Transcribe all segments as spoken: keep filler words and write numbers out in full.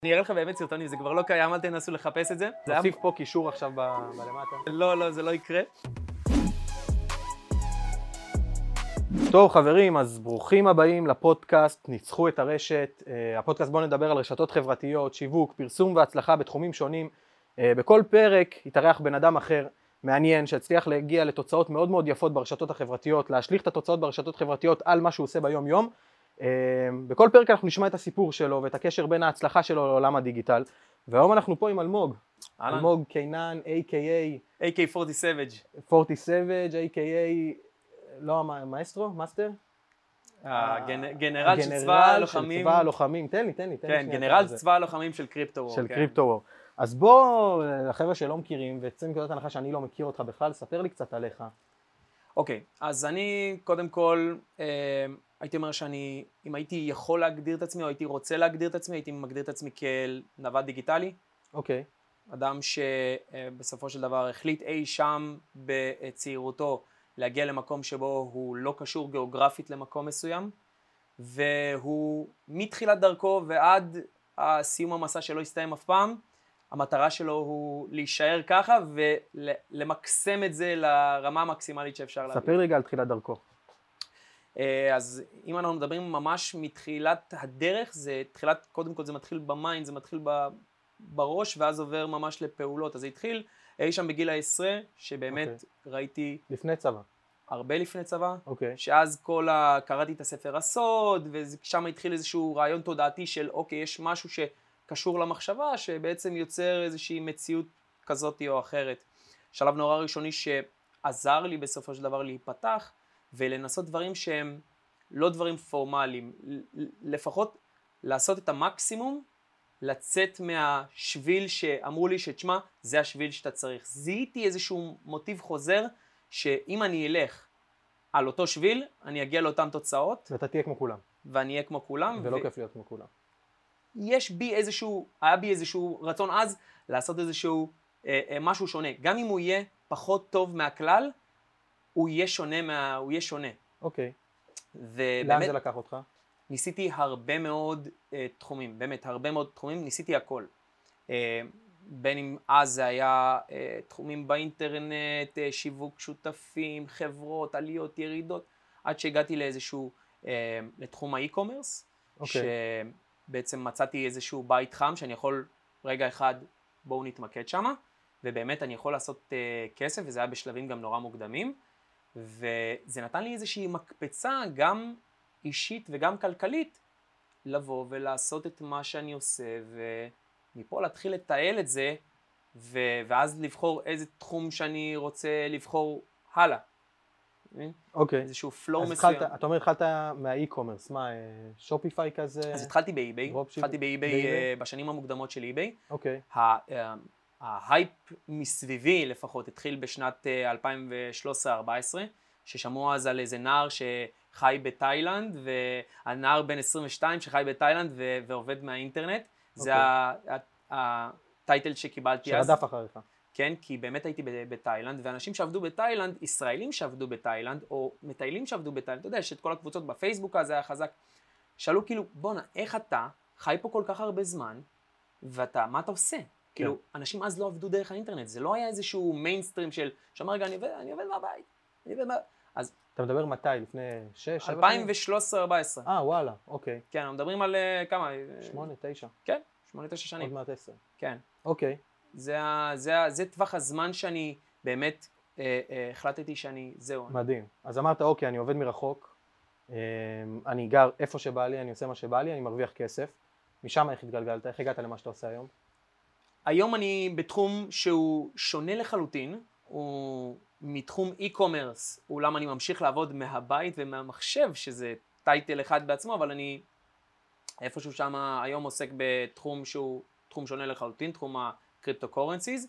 אני אראה לך באמת סרטונים, זה כבר לא קיים, אל תנסו לחפש את זה. נוסיף פה קישור עכשיו בלמטה. לא, לא, זה לא יקרה. טוב חברים, אז ברוכים הבאים לפודקאסט ניצחו את הרשת. הפודקאסט בוא נדבר על רשתות חברתיות, שיווק, פרסום והצלחה בתחומים שונים. בכל פרק יתארח בן אדם אחר מעניין שהצליח להגיע לתוצאות מאוד מאוד יפות ברשתות החברתיות, להשליך את התוצאות ברשתות חברתיות על מה שהוא עושה ביום יום. בכל פרק אנחנו נשמע את הסיפור שלו ואת הקשר בין ההצלחה שלו לעולם הדיגיטל. והיום אנחנו פה עם אלמוג. אלמוג קיינן, איי קיי איי. איי קיי פורטי סאביג'. פורטי סאביג', איי קיי איי, לא המאסטרו, מאסטר? גנרל של צבא הלוחמים. צבא הלוחמים, תן לי, תן לי. כן, גנרל צבא הלוחמים של קריפטו וור. של קריפטו וור. אז בוא, החבר'ה שלא מכירים, ויצא מנקודת הנחה שאני לא מכיר אותך בכלל, ספר לי קצת עליך. אוקיי, אז אני קודם כל, הייתי אומר שאני, אם הייתי יכול להגדיר את עצמי, או הייתי רוצה להגדיר את עצמי, הייתי מגדיר את עצמי כנווד דיגיטלי. אוקיי. אדם שבסופו של דבר החליט אי שם בצעירותו להגיע למקום שבו הוא לא קשור גיאוגרפית למקום מסוים, והוא מתחילת דרכו ועד הסיום המסע שלא יסתיים אף פעם, המטרה שלו הוא להישאר ככה ולמקסם את זה לרמה המקסימלית שאפשר להביא. ספר רגע על תחילת דרכו. אז אם אנחנו מדברים ממש מתחילת הדרך, זה תחילת, קודם כל זה מתחיל במיינד, זה מתחיל בראש ואז עובר ממש לפעולות. אז זה התחיל אי שם בגיל העשרה, שבאמת okay. ראיתי... לפני צבא. הרבה לפני צבא, okay. שאז כל ה... קראתי את הספר הסוד, ושם התחיל איזשהו רעיון תודעתי של אוקיי, יש משהו שקשור למחשבה, שבעצם יוצר איזושהי מציאות כזאת או אחרת. שלב נורא ראשוני שעזר לי בסופו של דבר להיפתח, ולנסות דברים שהם לא דברים פורמליים, לפחות לעשות את המקסימום, לצאת מהשביל שאמרו לי שתשמע, זה השביל שאתה צריך. זיהיתי איזשהו מוטיב חוזר, שאם אני אלך על אותו שביל, אני אגיע לאותן תוצאות. ואתה תהיה כמו כולם. ואני אהיה כמו כולם. ולא ו... כיף להיות כמו כולם. יש בי איזשהו, היה בי איזשהו רצון אז, לעשות איזשהו אה, אה, משהו שונה. גם אם הוא יהיה פחות טוב מהכלל, הוא יהיה שונה מה... הוא יהיה שונה. אוקיי. ובאמת, לאן זה לקח אותך? ניסיתי הרבה מאוד אה, תחומים, באמת הרבה מאוד תחומים, ניסיתי הכל. אה, בין אם אז זה היה אה, תחומים באינטרנט, אה, שיווק שותפים, חברות, עליות, ירידות, עד שהגעתי לאיזשהו, אה, לתחום האי-קומרס, אוקיי. שבעצם מצאתי איזשהו בית חם שאני יכול רגע אחד, בואו נתמקד שמה, ובאמת אני יכול לעשות אה, כסף, וזה היה בשלבים גם נורא מוקדמים, וזה נתן לי איזושהי מקפצה גם אישית וגם כלכלית, לבוא ולעשות את מה שאני עושה, ומפה להתחיל לטייל את זה, ו- ואז לבחור איזה תחום שאני רוצה לבחור הלאה. אוקיי. איזשהו פלואו אז מסוים. התחלת, אתה אומר, התחלת מהאי-קומרס, מה, שופיפיי כזה? אז התחלתי באי-ביי, התחלתי באי-ביי בשנים המוקדמות של אי-ביי. אוקיי. ההייפ מסביבי לפחות התחיל בשנת אלפיים ושלוש עשרה ארבע עשרה, ששמעו אז על איזה נער שחי בתאילנד, והנער בן עשרים ושתיים שחי בתאילנד ו- ועובד מהאינטרנט. Okay. זה הטייטל שקיבלתי אז. שרדף אחריך. כן, כי באמת הייתי בתאילנד, ואנשים שעבדו בתאילנד, ישראלים שעבדו בתאילנד, או מטיילים שעבדו בתאילנד, אתה יודע, יש את כל הקבוצות בפייסבוק הזה היה חזק, שאלו כאילו, בונה, איך אתה חי פה כל כך הרבה זמן, ואתה, מה אתה עושה? כאילו, אנשים אז לא עבדו דרך האינטרנט, זה לא היה איזשהו מיינסטרים של, שאומר רגע, אני עובד, אני עובד מהבית, אני עובד מהבית. אז... אתה מדבר מתי? לפני שש, שבע? אלפיים ושלוש עשרה ארבע עשרה. אה, וואלה, אוקיי. כן, אנחנו מדברים על כמה? שמונה, תשע. כן, שמונה, תשע שנים. עוד מעט עשר. כן. אוקיי. זה, זה, זה טווח הזמן שאני באמת אה, אה, החלטתי שאני, זהו. מדהים. אז אמרת, אוקיי, אני עובד מרחוק, אה, אני גר איפה שבא לי, אני עושה מה שבא לי, אני מרוויח כסף. משם איך התגלגלת? איך הגעת למה שאתה עושה היום? היום אני בתחום שהוא שונה לחלוטין, הוא מתחום אי-קומרס, אולם אני ממשיך לעבוד מהבית ומהמחשב, שזה טייטל אחד בעצמו, אבל אני איפשהו שם היום עוסק בתחום שהוא תחום שונה לחלוטין, תחום הקריפטו-קורנסיז,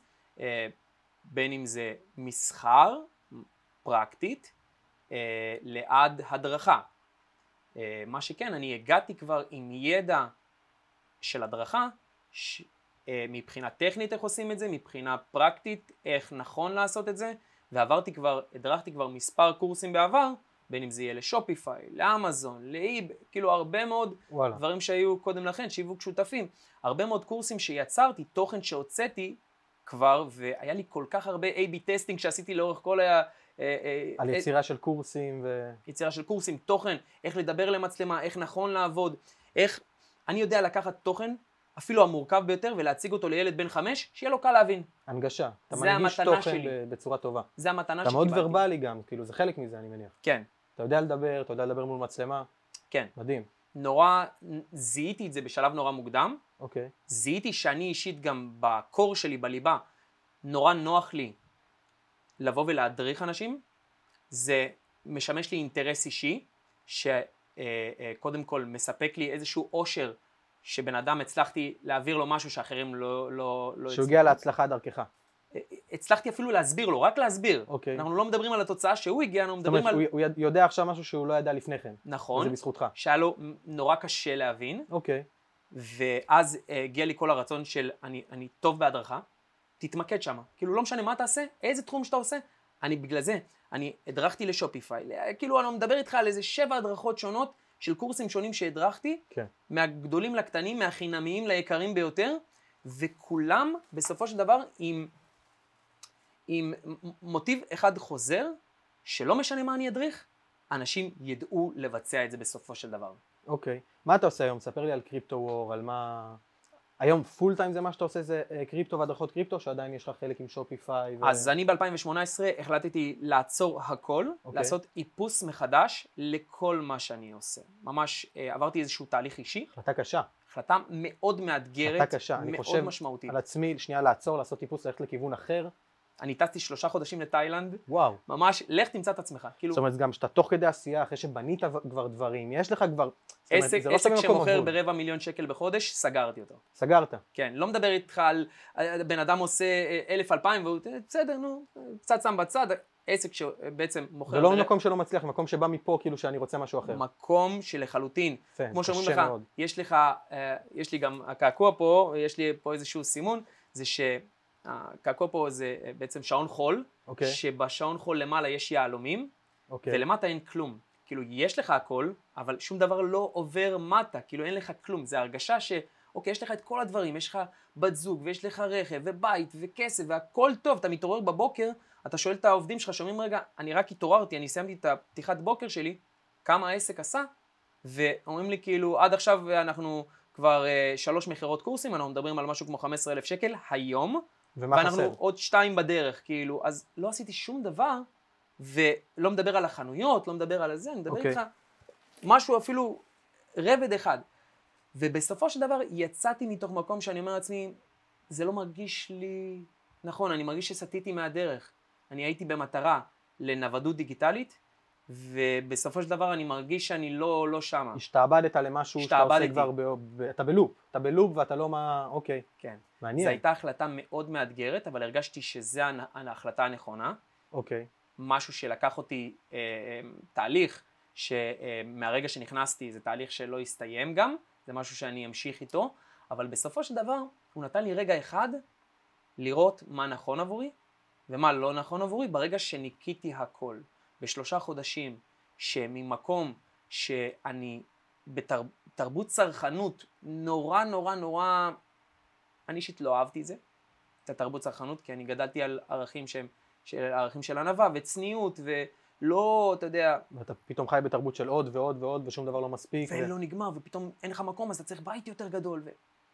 בין אם זה מסחר, פרקטית, לעד הדרכה. מה שכן, אני הגעתי כבר עם ידע של הדרכה, ש... מבחינה טכנית איך עושים את זה, מבחינה פרקטית איך נכון לעשות את זה, ועברתי כבר, הדרכתי כבר מספר קורסים בעבר, בין אם זה יהיה לשופיפיי, לאמזון, לאיב, כאילו הרבה מאוד וואלה. דברים שהיו קודם לכן, שיווק שותפים, הרבה מאוד קורסים שיצרתי, תוכן שהוצאתי כבר, והיה לי כל כך הרבה איי בי טסטינג שעשיתי לאורך כל ה... על יצירה של קורסים ו... יצירה של קורסים, תוכן, איך לדבר למצלמה, איך נכון לעבוד, איך... אני יודע לקחת תוכן, אפילו המורכב ביותר, ולהציג אותו לילד בן חמש, שיהיה לו קל להבין. הנגשה. אתה זה מנגיש המתנה תוכן שלי. בצורה טובה. זה המתנה אתה שקיבלתי. מאוד ורבלי גם, כאילו זה חלק מזה אני מניח. כן, אתה יודע לדבר, אתה יודע לדבר מול מצלמה. כן. מדהים. נורא, זיהיתי את זה בשלב נורא מוקדם. אוקיי. זיהיתי שאני אישית גם בקור שלי, בליבה, נורא נוח לי לבוא ולהדריך אנשים. זה משמש לי אינטרס אישי, שקודם כל מספק לי איזשהו עושר, שבן אדם הצלחתי להעביר לו משהו שאחרים לא, לא, לא שהוא הגיע להצלחה דרכך. הצלחתי אפילו להסביר לו, רק להסביר. אוקיי. אנחנו לא מדברים על התוצאה שהוא הגיע, אנחנו זאת אומרת, מדברים על... הוא הוא יודע עכשיו משהו שהוא לא ידע לפני כן. נכון. וזה בזכותך. שהיה לו נורא קשה להבין. אוקיי. ואז הגיע לי כל הרצון של אני, אני טוב בהדרכה, תתמקד שם. כאילו לא משנה מה תעשה, איזה תחום שאתה עושה. אני בגלל זה, אני הדרכתי לשופיפיי. כאילו אני מדבר איתך על איזה שבע הדרכות שונות של קורסים שונים שהדרכתי. כן. מהגדולים לקטנים, מהחינמיים ליקרים ביותר. וכולם בסופו של דבר עם... עם מוטיב אחד חוזר, שלא משנה מה אני אדריך, אנשים ידעו לבצע את זה בסופו של דבר. אוקיי. מה אתה עושה היום? ספר לי על קריפטו וור, על מה... היום פול טיים זה מה שאתה עושה, זה קריפטו והדרכות קריפטו, שעדיין יש לך חלק עם שופיפיי? ו... אז אני ב-אלפיים שמונה עשרה החלטתי לעצור הכל, אוקיי. לעשות איפוס מחדש לכל מה שאני עושה. ממש עברתי איזשהו תהליך אישי. החלטה קשה. החלטה מאוד מאתגרת, החלטה קשה. אני מאוד חושב משמעותית. על עצמי, שנייה לעצור, לעשות טיפוס, ללכת לכיוון אחר. אני טסתי שלושה חודשים לתאילנד, וואו. ממש, לך תמצא את עצמך. כאילו, זאת אומרת, גם שאתה תוך כדי עשייה, אחרי שבנית כבר דברים, יש לך כבר... זאת אומרת, עסק, זה לא עסק סתם מקום שמוכר אבוד. ברבע מיליון שקל בחודש, סגרתי אותו. סגרת. כן, לא מדבר איתך על בן אדם עושה אלף אלפיים והוא, בסדר, נו, קצת שם בצד, עסק שבעצם מוכר... זה לא מקום שלא מצליח, מקום שבא מפה כאילו שאני רוצה משהו אחר. מקום שלחלוטין, יפה, כמו שאומרים קשה לך, מאוד. יש לך, יש לי גם הקעקוע פה, יש לי פה איזשהו סימון, זה שהקעקוע פה זה בעצם שעון חול, אוקיי. שבשעון חול למעלה יש יהלומים, אוקיי. ולמטה אין כלום. כאילו, יש לך הכל, אבל שום דבר לא עובר מטה, כאילו אין לך כלום. זה הרגשה ש, אוקיי, יש לך את כל הדברים, יש לך בת זוג, ויש לך רכב, ובית, וכסף, והכל טוב. אתה מתעורר בבוקר, אתה שואל את העובדים שלך, שאומרים, רגע, אני רק התעוררתי, אני סיימתי את הפתיחת בוקר שלי, כמה העסק עשה, ואומרים לי, כאילו, עד עכשיו אנחנו כבר uh, שלוש מחירות קורסים, אנחנו מדברים על משהו כמו חמישה עשר אלף שקל היום, ומה ואנחנו חסר? עוד שתיים בדרך, כאילו, אז לא עשיתי שום דבר, ולא מדבר על החנויות, לא מדבר על זה, אני מדבר אוקיי. איתך משהו אפילו רבד אחד. ובסופו של דבר יצאתי מתוך מקום שאני אומר לעצמי, זה לא מרגיש לי נכון, אני מרגיש שסטיתי מהדרך. אני הייתי במטרה לנוודות דיגיטלית, ובסופו של דבר אני מרגיש שאני לא, לא שמה. השתעבדת למשהו שאתה עושה השתעבדתי. כבר, ב... ב... אתה בלופ, אתה בלופ ואתה לא מה, אוקיי. כן. מעניין. זו הייתה החלטה מאוד מאתגרת, אבל הרגשתי שזו ההחלטה הנכונה. אוקיי. משהו שלקח אותי, אה, אה, תהליך שמהרגע שנכנסתי זה תהליך שלא הסתיים גם, זה משהו שאני אמשיך איתו, אבל בסופו של דבר הוא נתן לי רגע אחד לראות מה נכון עבורי ומה לא נכון עבורי ברגע שניקיתי הכל. בשלושה חודשים שממקום שאני בתרבות צרכנות נורא נורא נורא, אני אישית לא אהבתי את זה, את התרבות צרכנות, כי אני גדלתי על ערכים שהם של ערכים של ענווה וצניעות ולא, אתה יודע... ואתה פתאום חי בתרבות של עוד ועוד ועוד ושום דבר לא מספיק. ולא ו... נגמר, ופתאום אין לך מקום, אז אתה צריך בית יותר גדול. ו...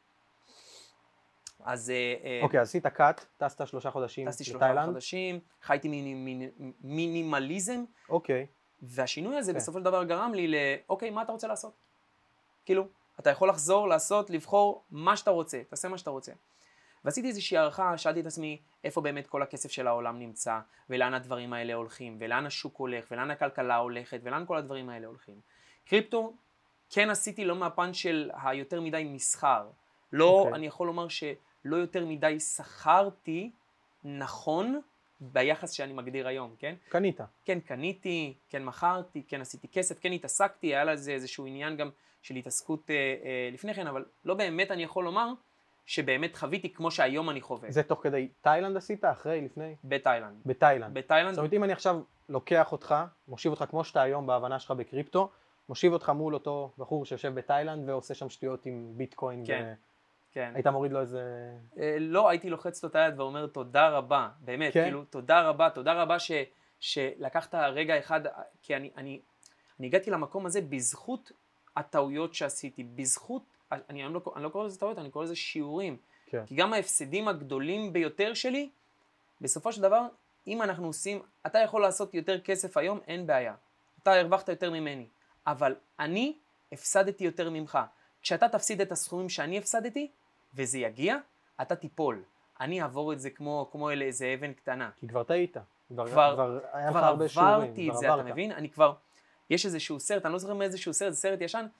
אז... אוקיי, אז עשית קאט, טסת שלושה חודשים לתאילנד. טסתי שלושה חודשים, חייתי מיני, מיני, מינימליזם. אוקיי. והשינוי הזה בסופו של דבר גרם לי ל... אוקיי, מה אתה רוצה לעשות? כאילו, אתה יכול לחזור, לעשות, לבחור מה שאתה רוצה, תעשה מה שאתה רוצה. ועשיתי איזושהי הערכה, שאלתי את עצמי איפה באמת כל הכסף של העולם נמצא, ולאן הדברים האלה הולכים, ולאן השוק הולך, ולאן הכלכלה הולכת, ולאן כל הדברים האלה הולכים. קריפטו, כן עשיתי לא מהפן של היותר מדי מסחר. לא, okay. אני יכול לומר שלא יותר מדי שכרתי נכון ביחס שאני מגדיר היום, כן? קנית. כן, קניתי, כן מכרתי, כן עשיתי כסף, כן התעסקתי, היה לזה איזשהו עניין גם של התעסקות אה, אה, לפני כן, אבל לא באמת אני יכול לומר שבאמת חוויתי כמו שהיום אני חווה. זה תוך כדי תאילנד עשית? אחרי? לפני? בתאילנד. בתאילנד. בתאילנד. זאת אומרת, אם אני עכשיו לוקח אותך, מושיב אותך כמו שאתה היום בהבנה שלך בקריפטו, מושיב אותך מול אותו בחור שיושב בתאילנד ועושה שם שטויות עם ביטקוין. כן, ו... כן. היית מוריד לו איזה... אה, לא, הייתי לוחץ לו את היד ואומר תודה רבה, באמת, כן? כאילו, תודה רבה, תודה רבה ש, שלקחת רגע אחד, כי אני, אני, אני הגעתי למקום הזה בזכות הטעויות שעשיתי, בזכות, אני, אני, לא, אני לא קורא לזה טעויות, אני קורא לזה שיעורים. כן. כי גם ההפסדים הגדולים ביותר שלי, בסופו של דבר, אם אנחנו עושים, אתה יכול לעשות יותר כסף היום, אין בעיה. אתה הרווחת יותר ממני. אבל אני הפסדתי יותר ממך. כשאתה תפסיד את הסכומים שאני הפסדתי, וזה יגיע, אתה תיפול. אני אעבור את זה כמו, כמו אלה, איזה אבן קטנה. כי כבר טעית. כבר, כבר, כבר, היה כבר לך הרבה שיעורים. עברתי את זה, עברת. אתה מבין? אני כבר, יש איזשהו סרט, אני לא זוכר מאיזשהו סרט, זה סרט ישן,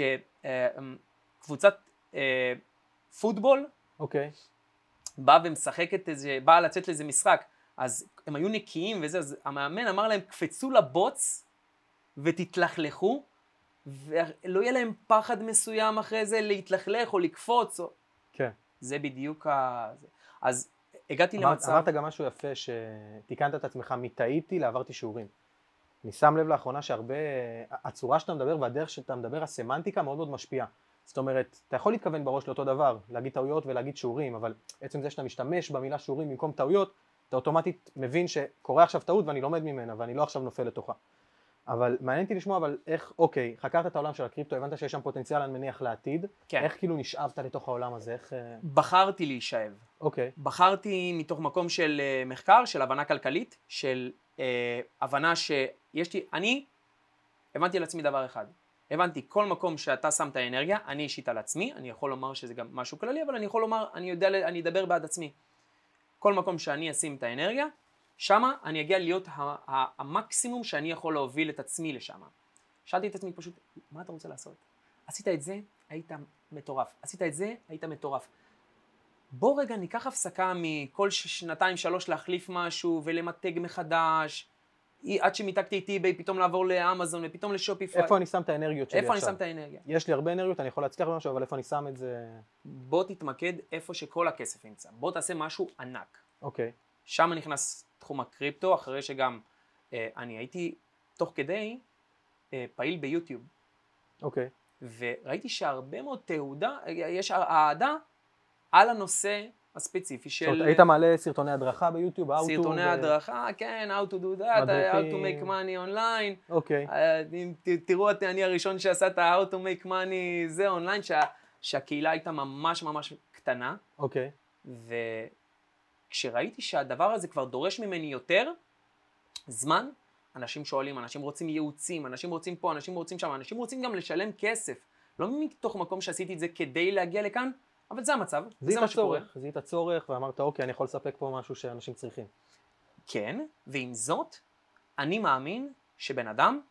שקבוצת אה, פוטבול, אוקיי. באה ומשחקת איזה, באה לצאת לאיזה משחק, אז הם היו נקיים וזה, אז המאמן אמר להם, קפצו לבוץ ותתלכלכו, ולא יהיה להם פחד מסוים אחרי זה להתלכלך או לקפוץ. או... כן. זה בדיוק ה... אז הגעתי אמר, למצב... אמרת גם משהו יפה, שתיקנת את עצמך מטעיתי לעברתי שיעורים. אני שם לב לאחרונה שהרבה, הצורה שאתה מדבר והדרך שאתה מדבר, הסמנטיקה מאוד מאוד משפיעה. זאת אומרת, אתה יכול להתכוון בראש לאותו דבר, להגיד טעויות ולהגיד שיעורים, אבל עצם זה שאתה משתמש במילה שיעורים במקום טעויות, אתה אוטומטית מבין שקורה עכשיו טעות ואני לומד ממנה ואני לא עכשיו נופל לתוכה. אבל מעניין אותי לשמוע, אבל איך, אוקיי, חקרת את העולם של הקריפטו, הבנת שיש שם פוטנציאל, אני מניח, לעתיד. כן. איך כאילו נשאבת לתוך העולם הזה? איך... בחרתי להישאב. אוקיי. בחרתי מתוך מקום של uh, מחקר, של הבנה כלכלית, של uh, הבנה שיש לי, אני הבנתי על עצמי דבר אחד. הבנתי, כל מקום שאתה שם את האנרגיה, אני אישית על עצמי, אני יכול לומר שזה גם משהו כללי, אבל אני יכול לומר, אני יודע, אני אדבר בעד עצמי. כל מקום שאני אשים את האנרגיה, שמה אני אגיע להיות המקסימום שאני יכול להוביל את עצמי לשם. שאלתי את עצמי פשוט, מה אתה רוצה לעשות? עשית את זה, היית מטורף. עשית את זה, היית מטורף. בוא רגע ניקח הפסקה מכל שנתיים שלוש להחליף משהו ולמתג מחדש, עד שמיתגתי את eBay, פתאום לעבור לאמזון ופתאום לשופיפיי. איפה אני שם את האנרגיות שלי איפה עכשיו? אני שם את האנרגיה? יש לי הרבה אנרגיות, אני יכול להצליח במשהו, אבל איפה אני שם את זה? בוא תתמקד איפה שכל הכסף נמצא. בוא תעשה משהו ענק. אוקיי. שם נכנס תחום הקריפטו, אחרי שגם אה, אני הייתי תוך כדי אה, פעיל ביוטיוב. אוקיי. וראיתי שהרבה מאוד תהודה, יש אהדה על הנושא הספציפי של... זאת אומרת, היית מעלה סרטוני הדרכה ביוטיוב? סרטוני הדרכה, כן, how to do that, how to make money online. אוקיי. אם תראו, אני הראשון שעשה את ה-how to make money זה אונליין, שהקהילה הייתה ממש ממש קטנה. אוקיי. וכשראיתי שהדבר הזה כבר דורש ממני יותר זמן, אנשים שואלים, אנשים רוצים ייעוצים, אנשים רוצים פה, אנשים רוצים שם, אנשים רוצים גם לשלם כסף. לא מתוך מקום שעשיתי את זה כדי להגיע לכאן, אבל זה המצב, זה מה שקורה. זיהית צורך ואמרת, אוקיי, אני יכול לספק פה משהו שאנשים צריכים. כן, ועם זאת, אני מאמין שבן אדם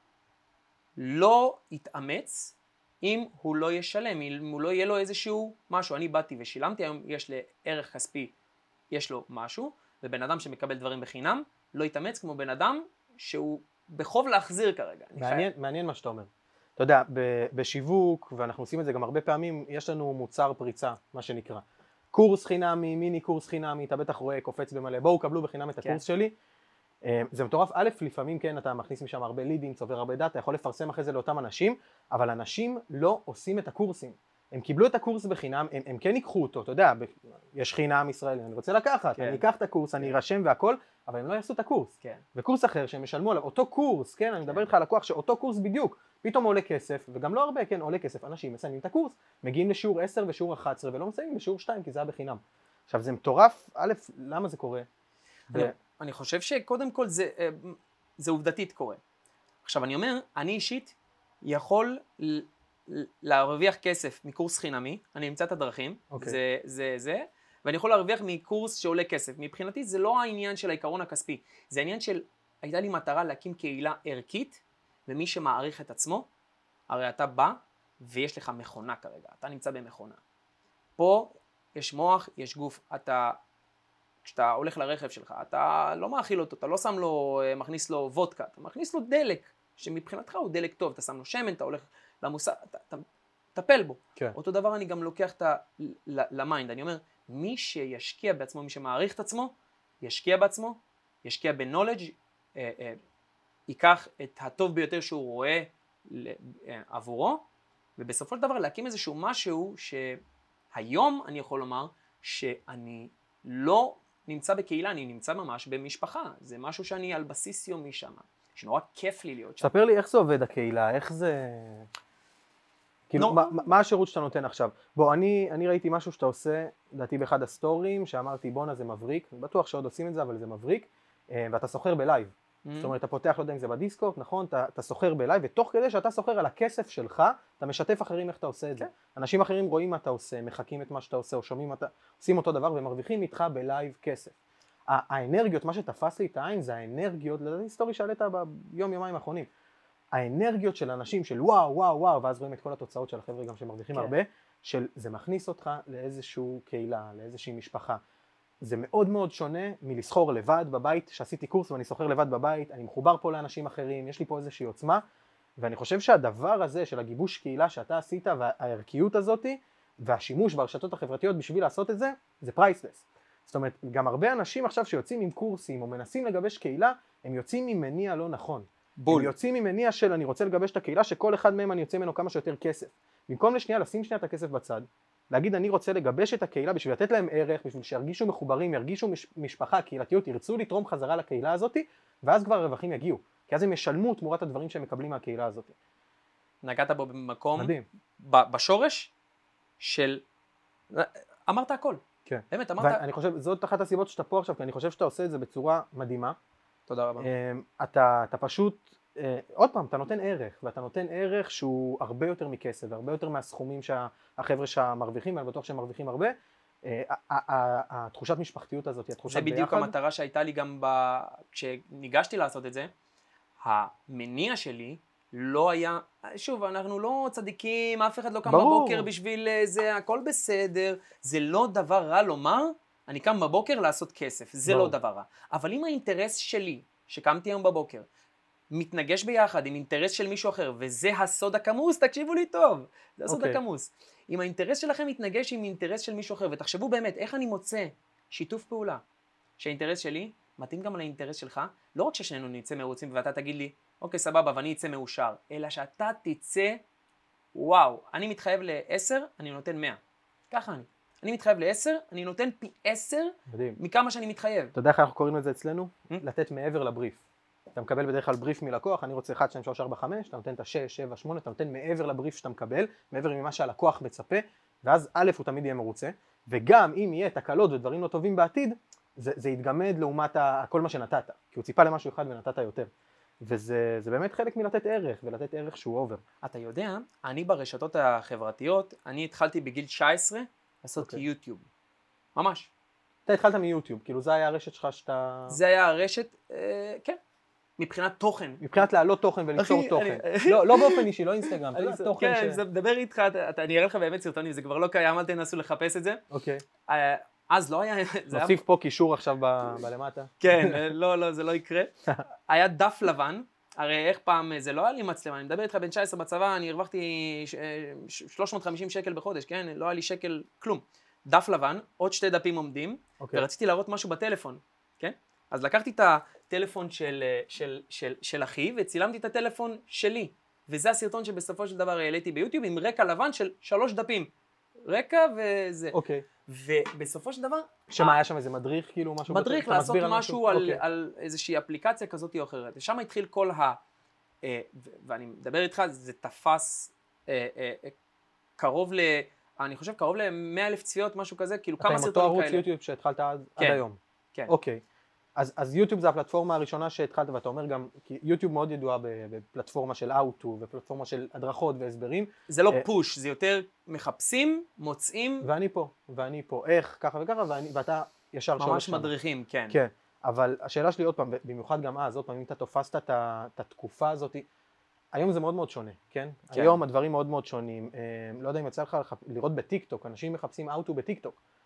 לא יתאמץ אם הוא לא ישלם, אם הוא לא יהיה לו איזשהו משהו. אני באתי ושילמתי, היום יש לערך כספי, יש לו משהו, ובן אדם שמקבל דברים בחינם, לא יתאמץ כמו בן אדם שהוא בחוב להחזיר כרגע. מעניין, מעניין מה שאתה אומר. אתה יודע, בשיווק, ואנחנו עושים את זה גם הרבה פעמים, יש לנו מוצר פריצה, מה שנקרא. קורס חינמי, מיני קורס חינמי, אתה בטח רואה, קופץ במלא, בואו קבלו בחינם את הקורס שלי. זה מטורף, א', לפעמים כן, אתה מכניס משם הרבה לידים, צובר הרבה דאטה, יכול לפרסם אחרי זה לאותם אנשים, אבל אנשים לא עושים את הקורסים. הם קיבלו את הקורס בחינם, הם, הם כן ייקחו אותו, אתה יודע, יש חינם ישראלי, אני רוצה לקחת, כן. אני אקח את הקורס, אני ארשם והכל, אבל הם לא יעשו את הקורס. כן. וקורס אחר שהם ישלמו עליו, אותו קורס, כן, אני מדבר כן. איתך על לקוח שאותו קורס בדיוק, פתאום עולה כסף, וגם לא הרבה, כן, עולה כסף, אנשים מסיימים את הקורס, מגיעים לשיעור עשר ושיעור אחת עשרה, ולא מסיימים לשיעור שתיים, כי זה היה בחינם. עכשיו, זה מטורף, א', למה זה קורה? אני, ו... אני חושב שקודם כל זה, זה עובדתית קורה. עכשיו, אני אומר, אני אישית יכול להרוויח כסף מקורס חינמי, אני אמצא את הדרכים, okay. זה, זה, זה, ואני יכול להרוויח מקורס שעולה כסף. מבחינתי זה לא העניין של העיקרון הכספי, זה העניין של, הייתה לי מטרה להקים קהילה ערכית, ומי שמעריך את עצמו, הרי אתה בא ויש לך מכונה כרגע, אתה נמצא במכונה. פה יש מוח, יש גוף, אתה, כשאתה הולך לרכב שלך, אתה לא מאכיל אותו, אתה לא שם לו, מכניס לו וודקה, אתה מכניס לו דלק, שמבחינתך הוא דלק טוב, אתה שם לו שמן, אתה הולך למוסר, אתה, אתה טפל בו. כן. אותו דבר אני גם לוקח את ה... למיינד, אני אומר, מי שישקיע בעצמו, מי שמעריך את עצמו, ישקיע בעצמו, ישקיע בנולדג', אה, אה, ייקח את הטוב ביותר שהוא רואה עבורו, ובסופו של דבר להקים איזשהו משהו שהיום אני יכול לומר שאני לא נמצא בקהילה, אני נמצא ממש במשפחה. זה משהו שאני על בסיס יומי שם, שנורא כיף לי להיות שם. ספר לי איך זה עובד הקהילה, איך זה... כאילו, מה, מה השירות שאתה נותן עכשיו? בוא, אני, אני ראיתי משהו שאתה עושה, לדעתי באחד הסטורים, שאמרתי בונה זה מבריק, אני בטוח שעוד עושים את זה, אבל זה מבריק, ואתה סוחר בלייב. Mm-hmm. זאת אומרת, אתה פותח, לא יודע אם זה בדיסקורט, נכון? אתה, אתה סוחר בלייב, ותוך כדי שאתה סוחר על הכסף שלך, אתה משתף אחרים איך אתה עושה את זה. Okay. אנשים אחרים רואים מה אתה עושה, מחכים את מה שאתה עושה, או שומעים מה אתה... עושים אותו דבר, ומרוויחים איתך בלייב כסף. האנרגיות, מה שתפס לי את העין, זה האנרגיות, לדעתי סטורי שעלית ביום יומיים האחרונים. האנרגיות של אנשים של וואו, וואו, וואו, ואז רואים את כל התוצאות של החבר'ה גם שמרוויחים כן. הרבה, של זה מכניס אותך לאיזשהו קהילה, לאיזושהי משפחה. זה מאוד מאוד שונה מלסחור לבד בבית, שעשיתי קורס ואני סוחר לבד בבית, אני מחובר פה לאנשים אחרים, יש לי פה איזושהי עוצמה, ואני חושב שהדבר הזה של הגיבוש קהילה שאתה עשית, והערכיות הזאת, והשימוש ברשתות החברתיות בשביל לעשות את זה, זה פרייסלס. זאת אומרת, גם הרבה אנשים עכשיו שיוצאים עם קורסים או מנסים לגבש קהילה, הם יוצאים ממניע לא נכון. בול. הם יוצאים ממניע של אני רוצה לגבש את הקהילה, שכל אחד מהם אני יוצא ממנו כמה שיותר כסף. במקום לשנייה לשים שנייה את הכסף בצד, להגיד אני רוצה לגבש את הקהילה בשביל לתת להם ערך, בשביל שירגישו מחוברים, ירגישו מש, משפחה, קהילתיות, ירצו לתרום חזרה לקהילה הזאת, ואז כבר הרווחים יגיעו. כי אז הם ישלמו תמורת הדברים שהם מקבלים מהקהילה הזאת. נגעת בו במקום, מדהים. ב- בשורש של... אמרת הכל. כן. באמת, אמרת... ואני חושב, זאת אחת הסיבות שאתה פה עכשיו, כי אני חושב שאתה עושה את זה בצורה מדהימה. תודה רבה. אתה, אתה פשוט, עוד פעם, אתה נותן ערך, ואתה נותן ערך שהוא הרבה יותר מכסף, והרבה יותר מהסכומים שהחבר'ה שמרוויחים, ואני בטוח שהם מרוויחים הרבה. התחושת משפחתיות הזאת, התחושת ביחד. זה בדיוק המטרה שהייתה לי גם ב... כשניגשתי לעשות את זה, המניע שלי לא היה, שוב, אנחנו לא צדיקים, אף אחד לא קם ברור. בבוקר בשביל זה, הכל בסדר, זה לא דבר רע לומר, אני קם בבוקר לעשות כסף, זה ברור. לא דבר רע. אבל אם האינטרס שלי, שקמתי היום בבוקר, מתנגש ביחד עם אינטרס של מישהו אחר, וזה הסוד הכמוס, תקשיבו לי טוב, זה הסוד okay. הכמוס. אם האינטרס שלכם מתנגש עם אינטרס של מישהו אחר, ותחשבו באמת, איך אני מוצא שיתוף פעולה, שהאינטרס שלי מתאים גם לאינטרס שלך, לא רק ששנינו נצא מרוצים ואתה תגיד לי, אוקיי סבבה, ואני אצא מאושר, אלא שאתה תצא, וואו, אני מתחייב ל-עשר, אני נותן מאה. ככה אני. אני מתחייב ל-עשר, אני נותן פי עשר מכמה שאני מתחייב. אתה יודע איך אנחנו קוראים לזה אצלנו? לתת מעבר לבריף. אתה מקבל בדרך כלל בריף מלקוח, אני רוצה אחת, שתיים, שלוש, ארבע, חמש, אתה נותן את ה-שש, שבע, שמונה, אתה נותן מעבר לבריף שאתה מקבל, מעבר ממה שהלקוח מצפה, ואז א' הוא תמיד יהיה מרוצה, וגם אם יהיה תקלות ודברים לא טובים בעתיד, זה, זה יתגמד לעומת ה, כל מה שנתת, כי הוא ציפה למשהו אחד ונתת יותר. וזה זה באמת חלק מלתת ערך, ולתת ערך שהוא אובר. אתה יודע, אני ברשתות החברתיות, אני התחלתי בגיל תשע עשרה לעשות okay. יוטיוב. ממש. אתה התחלת מיוטיוב, כאילו זה היה הרשת שלך שאתה... זה היה הרשת, אה, כן. מבחינת תוכן. מבחינת להעלות תוכן וליצור תוכן. לא, לא באופן אישי, לא אינסטגרם. כן, זה מדבר איתך, אני אראה לך באמת סרטונים, זה כבר לא קיים, אל תנסו לחפש את זה. אוקיי. אז לא היה... נוסיף פה קישור עכשיו בלמטה. כן, לא, לא, זה לא יקרה. היה דף לבן, הרי איך פעם, זה לא היה לי מצלמה, אני מדבר איתך בן תשע עשרה בצבא, אני הרווחתי שלוש מאות וחמישים שקל בחודש, כן? לא היה לי שקל, כלום. דף לבן, עוד שתי דפים עומדים, ורציתי להראות משהו בטלפון, כן? אז לקחתי את הטלפון של, של, של, של אחי וצילמתי את הטלפון שלי. וזה הסרטון שבסופו של דבר העליתי ביוטיוב עם רקע לבן של שלוש דפים. רקע וזה. אוקיי. ובסופו של דבר... שמה היה שם איזה מדריך כאילו משהו? מדריך לעשות משהו, משהו על, אוקיי. על איזושהי אפליקציה כזאת או אחרת. ושם התחיל כל ה... אה, ואני מדבר איתך, זה תפס אה, אה, קרוב ל... אני חושב קרוב ל-מאה אלף צפיות, משהו כזה, כאילו כמה סרטונים כאלה. אתה עם אותו ערוץ יוטיוב שהתחלת עד, כן, עד היום? כן. אוקיי. אז, אז יוטיוב זה הפלטפורמה הראשונה שהתחלת, ואתה אומר גם, כי יוטיוב מאוד ידועה בפלטפורמה של How to, ופלטפורמה של הדרכות והסברים. זה לא פוש, זה יותר מחפשים, מוצאים. ואני פה, ואני פה, איך, ככה וככה, ואני, ואתה ישר שואל. ממש מדריכים, כן. כן, אבל השאלה שלי עוד פעם, במיוחד גם אז, עוד פעם, אם אתה תופסת את, את התקופה הזאת, היום זה מאוד מאוד שונה, כן? כן. היום הדברים מאוד מאוד שונים. לא יודע אם יצא לך לראות בטיקטוק, אנשים מחפשים How to בטיקטוק.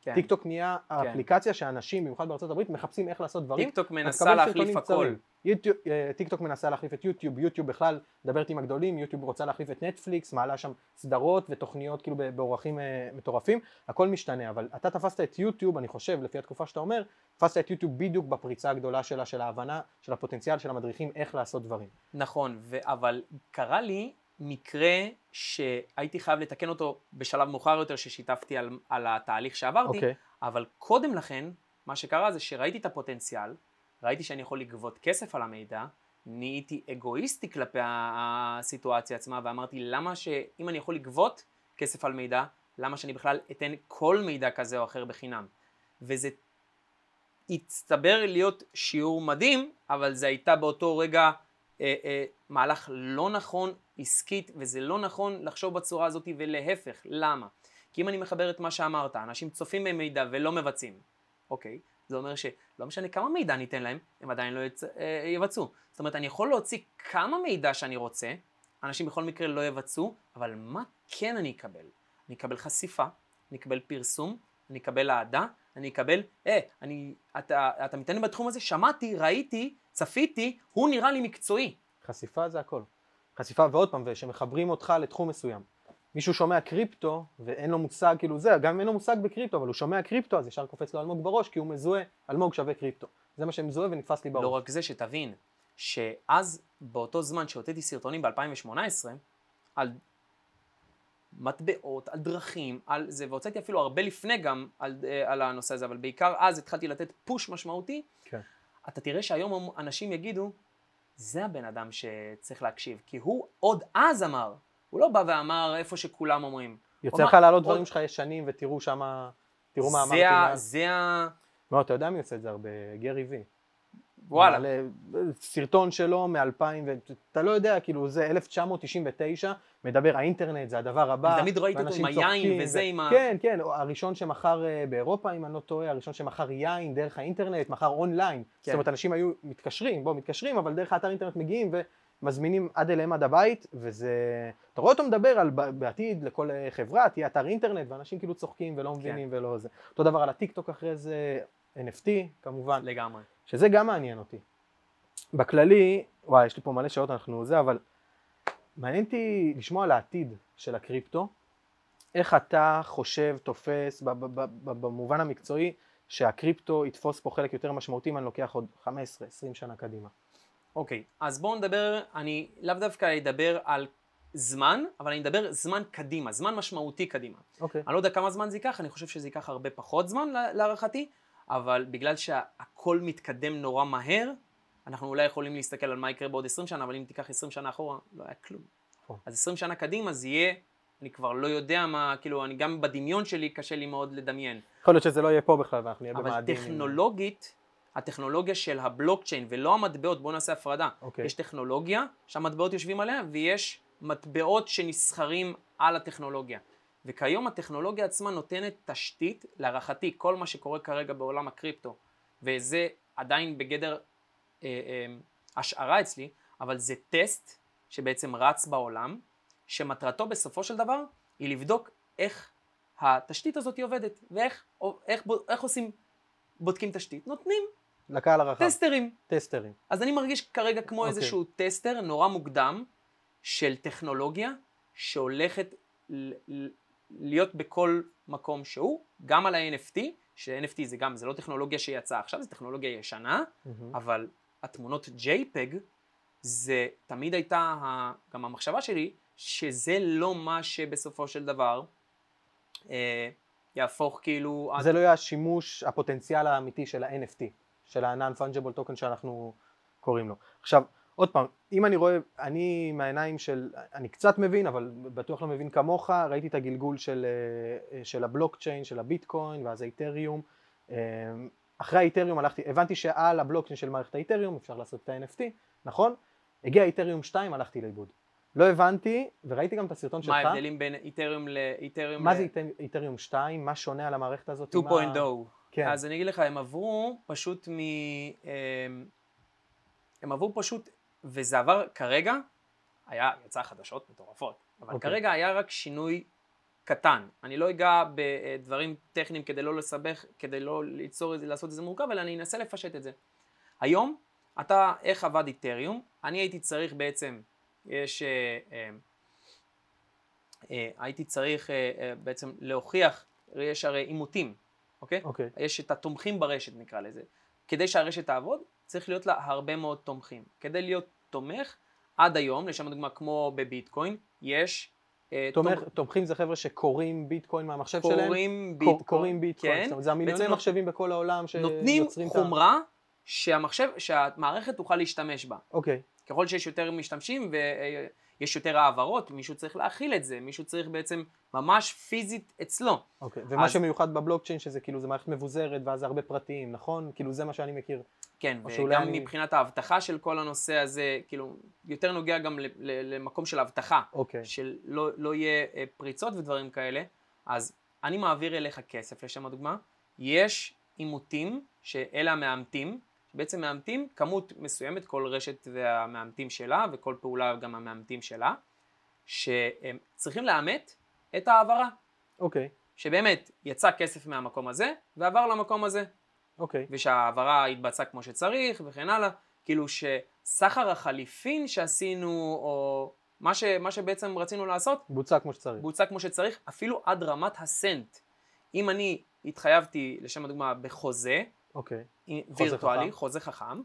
כן. טיק טוק נהיה האפליקציה שאנשים, במיוחד בארצות הברית, מחפשים איך לעשות דברים. טיק טוק מנסה להחליף הכל. יוטיוב, טיק טוק מנסה להחליף את יוטיוב, יוטיוב בכלל מדברת עם הגדולים, יוטיוב רוצה להחליף את נטפליקס, מעלה שם סדרות ותוכניות כאילו באורחים מטורפים, הכל משתנה, אבל אתה תפסת את יוטיוב, אני חושב, לפי התקופה שאתה אומר, תפסת את יוטיוב בדיוק בפריצה הגדולה שלה, של ההבנה, של הפוטנציאל של המדריכים, איך לעשות דברים. נכון, ו- אבל קרה לי מקרה שהייתי חייב לתקן אותו בשלב מאוחר יותר, ששיתפתי על, על התהליך שעברתי, okay. אבל קודם לכן, מה שקרה זה שראיתי את הפוטנציאל, ראיתי שאני יכול לגבות כסף על המידע, נהייתי אגואיסטי כלפי הסיטואציה עצמה, ואמרתי למה שאם אני יכול לגבות כסף על מידע, למה שאני בכלל אתן כל מידע כזה או אחר בחינם. וזה הצטבר להיות שיעור מדהים, אבל זה הייתה באותו רגע אה, אה, מהלך לא נכון עסקית, וזה לא נכון לחשוב בצורה הזאת ולהפך. למה? כי אם אני מחבר את מה שאמרת, אנשים צופים במידע ולא מבצעים, אוקיי? זה אומר שלא משנה כמה מידע ניתן להם, הם עדיין לא יצ... יבצעו. זאת אומרת, אני יכול להוציא כמה מידע שאני רוצה, אנשים בכל מקרה לא יבצעו, אבל מה כן אני אקבל? אני אקבל חשיפה, אני אקבל פרסום, אני אקבל העדה, אני אקבל, אה, אני, אתה, אתה מתעניין בתחום הזה, שמעתי, ראיתי, צפיתי, הוא נראה לי מקצועי. חשיפה זה הכל. חשיפה ועוד פעם, ושמחברים אותך לתחום מסוים. מישהו שומע קריפטו, ואין לו מושג, כאילו זה, גם אם אין לו מושג בקריפטו, אבל הוא שומע קריפטו, אז ישר קופץ לו אלמוג בראש, כי הוא מזוהה, אלמוג שווה קריפטו. זה מה שמזוהה ונתפס לי בראש. לא רק זה, שתבין, שאז באותו זמן שהוצאתי סרטונים ב-אלפיים שמונה עשרה, על מטבעות, על דרכים, על זה, והוצאתי אפילו הרבה לפני גם על, על הנושא הזה, אבל בעיקר אז התחלתי לתת פוש משמעותי, כן. אתה תראה שהיום אנשים יגידו, זה הבן אדם שצריך להקשיב, כי הוא עוד אז אמר, הוא לא בא ואמר איפה שכולם אומרים. יוצא לך לעלות דברים שלך ישנים ותראו שמה, תראו מה אמרתי. זה ה... לא, אתה יודע מי יוצא את זה הרבה? גרי וי. וואלה. סרטון שלו מ-אלפיים, ואתה לא יודע, כאילו זה אלף תשע מאות תשעים ותשע, מדבר, האינטרנט זה הדבר הבא. תמיד ראיתי אותו עם היין וזה עם ה... כן, כן, הראשון שמחר באירופה, אם אני לא טועה, הראשון שמחר יין דרך האינטרנט, מחר אונליין. זאת אומרת, אנשים היו מתקשרים, בוא, מתקשרים, אבל דרך האתר אינטרנט מגיעים ומזמינים עד אליהם עד הבית, וזה... אתה רואה אותו מדבר על בעתיד לכל חברה, תהיה אתר אינטרנט, ואנשים כאילו צוחקים ולא מבינים ולא זה. אותו דבר על הטיק-טוק אחרי זה, אן אף טי, כמובן. לגמרי. שזה גם מעניין אותי. בכללי, וואי, יש לי פה מלא שעות, אנחנו זה, אבל מעניין אותי לשמוע על העתיד של הקריפטו, איך אתה חושב, תופס, במובן המקצועי, שהקריפטו יתפוס פה חלק יותר משמעותי, אם אני לוקח עוד חמש עשרה עשרים שנה קדימה. אוקיי, אז בואו נדבר, אני לאו דווקא אדבר על זמן, אבל אני אדבר זמן קדימה, זמן משמעותי קדימה. אוקיי. אני לא יודע כמה זמן זה ייקח, אני חושב שזה ייקח הרבה פחות זמן להערכתי, אבל בגלל שהכל מתקדם נורא מהר, אנחנו אולי יכולים להסתכל על מה יקרה בעוד עשרים שנה, אבל אם תיקח עשרים שנה אחורה, לא היה כלום. אז עשרים שנה קדימה זה יהיה, אני כבר לא יודע מה, כאילו, אני גם בדמיון שלי קשה לי מאוד לדמיין. יכול להיות שזה לא יהיה פה בכלל, ואנחנו נהיה במאדים. אבל טכנולוגית, הטכנולוגיה של הבלוקצ'יין ולא המטבעות, בואו נעשה הפרדה. אוקיי. יש טכנולוגיה שהמטבעות יושבים עליה, ויש מטבעות שנסחרים על הטכנולוגיה. וכיום הטכנולוגיה עצמה נותנת תשתית, להערכתי, כל מה שקורה כרגע בעולם הקריפטו, וזה עדיין בגדר אה, אה, השערה אצלי, אבל זה טסט שבעצם רץ בעולם, שמטרתו בסופו של דבר היא לבדוק איך התשתית הזאת עובדת, ואיך איך, איך עושים, בודקים תשתית, נותנים לקהל הרחב. טסטרים. טסטרים. אז אני מרגיש כרגע כמו okay. איזשהו טסטר נורא מוקדם של טכנולוגיה שהולכת ל- ל- להיות בכל מקום שהוא, גם על ה-אן אף טי, ש-אן אף טי זה גם, זה לא טכנולוגיה שיצאה עכשיו, זה טכנולוגיה ישנה, mm-hmm. אבל התמונות JPEG, זה תמיד הייתה ה, גם המחשבה שלי, שזה לא מה שבסופו של דבר אה, יהפוך כאילו... זה עד... לא יהיה השימוש, הפוטנציאל האמיתי של ה-אן אף טי, של ה-Non-Fungible Token שאנחנו קוראים לו. עכשיו, עוד פעם, אם אני רואה, אני מהעיניים של, אני קצת מבין, אבל בטוח לא מבין כמוך, ראיתי את הגלגול של, של הבלוקצ'יין, של הביטקוין, ואז האיתריום. אחרי האיתריום הלכתי, הבנתי שעל הבלוקצ'יין של מערכת האיתריום אפשר לעשות את ה-אן אף טי, נכון? הגיע האיתריום שתיים, הלכתי לאיבוד. לא הבנתי, וראיתי גם את הסרטון שלך. מה ההבדלים בין איתריום לאיתריום? מה זה איתריום שתיים? מה שונה על המערכת הזאת? שתיים נקודה אפס. כן. אז אני אגיד לך, הם עברו פשוט מ... הם עברו פשוט, וזה עבר כרגע, היה, יצא חדשות מטורפות, אבל okay. כרגע היה רק שינוי קטן. אני לא אגע בדברים טכניים כדי לא לסבך, כדי לא ליצור את זה, לעשות את זה מורכב, אלא אני אנסה לפשט את זה. היום, אתה, איך עבד איתריום? אני הייתי צריך בעצם, יש, אה, אה, אה, הייתי צריך אה, אה, בעצם להוכיח, יש הרי אימותים, אוקיי? אוקיי. יש את התומכים ברשת, נקרא לזה. כדי שהרשת תעבוד, צריך להיות לה הרבה מאוד תומכים. כדי להיות תומך, עד היום, לשם הדוגמה כמו בביטקוין, יש... תומך, תומ... תומכים זה חבר'ה שקוראים ביטקוין מהמחשב שלהם? קוראים ביטקוין, קוראים ביטקוין, כן. זאת אומרת, זה המיליוני מחשבים בכל העולם שיוצרים נותנים חומרה שהמחשב, שהמערכת תוכל להשתמש בה. אוקיי. ככל שיש יותר משתמשים ויש יותר העברות, מישהו צריך להכיל את זה, מישהו צריך בעצם ממש פיזית אצלו. אוקיי, ומה אז... שמיוחד בבלוקצ'יין שזה כאילו זה מערכת מבוזרת ואז זה הרבה פרטיים, נכון? כאילו זה מה שאני מכיר. כן, וגם אני... מבחינת ההבטחה של כל הנושא הזה, כאילו יותר נוגע גם למקום של הבטחה, אוקיי. של לא, לא יהיה פריצות ודברים כאלה, אז אני מעביר אליך כסף לשם הדוגמה, יש אימותים שאלה המאמתים, בעצם מאמתים כמות מסוימת, כל רשת והמאמתים שלה, וכל פעולה גם המאמתים שלה, שהם צריכים לאמת את העברה. אוקיי. שבאמת יצא כסף מהמקום הזה, ועבר למקום הזה. אוקיי. ושהעברה התבצעה כמו שצריך, וכן הלאה. כאילו שסחר החליפין שעשינו, או מה, ש, מה שבעצם רצינו לעשות, בוצע כמו שצריך. בוצע כמו שצריך, אפילו עד רמת הסנט. אם אני התחייבתי, לשם הדוגמה, בחוזה, אוקיי. וירטואלי, חוזה חכם,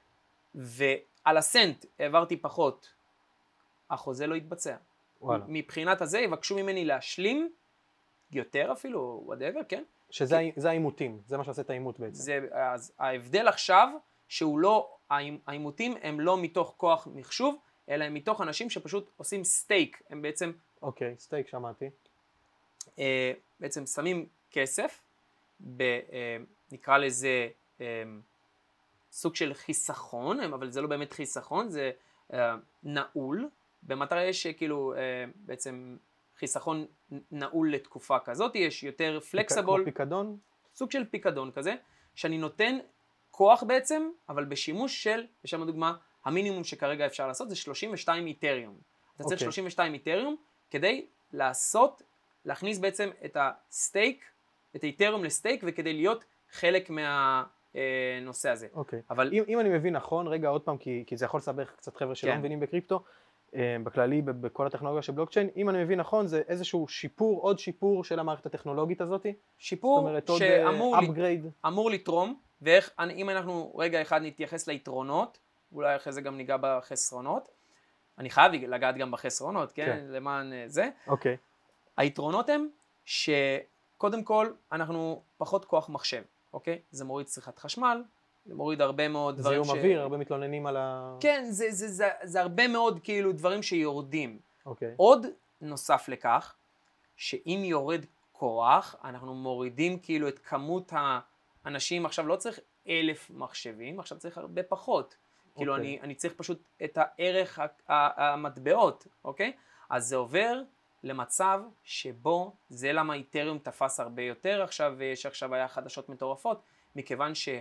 ועל הסנט העברתי פחות, החוזה לא יתבצע. וואלה. מבחינת הזה יבקשו ממני להשלים יותר אפילו, whatever, כן? שזה כי... זה האימותים, זה מה שעושה את האימות בעצם. זה, אז ההבדל עכשיו, שהוא לא, האימותים הם לא מתוך כוח מחשוב, אלא הם מתוך אנשים שפשוט עושים סטייק, הם בעצם... אוקיי, סטייק שמעתי. אה, בעצם שמים כסף, ב, אה, נקרא לזה אה, סוג של חיסכון, אבל זה לא באמת חיסכון, זה אה, נעול, במטרה יש כאילו אה, בעצם חיסכון נעול לתקופה כזאת, יש יותר פלקסיבול. כמו פיקדון? סוג של פיקדון כזה, שאני נותן כוח בעצם, אבל בשימוש של, בשם הדוגמה, המינימום שכרגע אפשר לעשות זה שלושים ושתיים איתריום. אתה צריך okay. שלושים ושתיים איתריום כדי לעשות, להכניס בעצם את הסטייק, את האיתריום לסטייק, וכדי להיות חלק מהנושא הזה. אוקיי. Okay. אבל... אם, אם אני מבין נכון, רגע עוד פעם, כי, כי זה יכול לסבך קצת חבר'ה שלא כן. מבינים בקריפטו, בכללי, בכל הטכנולוגיה של בלוקצ'יין, אם אני מבין נכון, זה איזשהו שיפור, עוד שיפור של המערכת הטכנולוגית הזאת? שיפור אומרת, שאמור upgrade. אמור לתרום, ואיך, אם אנחנו רגע אחד נתייחס ליתרונות, אולי אחרי זה גם ניגע בחסרונות, אני חייב לגעת גם בחסרונות, כן? כן. למען זה. אוקיי. היתרונות הם שקודם כל אנחנו פחות כוח מחשב, אוקיי? זה מוריד צריכת חשמל, זה מוריד הרבה מאוד דברים ש... זיהום אוויר, הרבה מתלוננים על ה... כן, זה, זה, זה, זה הרבה מאוד כאילו דברים שיורדים. אוקיי. עוד נוסף לכך, שאם יורד כוח, אנחנו מורידים כאילו את כמות האנשים, עכשיו לא צריך אלף מחשבים, עכשיו צריך הרבה פחות. כאילו אוקיי. אני, אני צריך פשוט את הערך המטבעות, אוקיי? אז זה עובר למצב שבו, זה למה איתריום תפס הרבה יותר עכשיו, יש עכשיו היה חדשות מטורפות, מכיוון שה...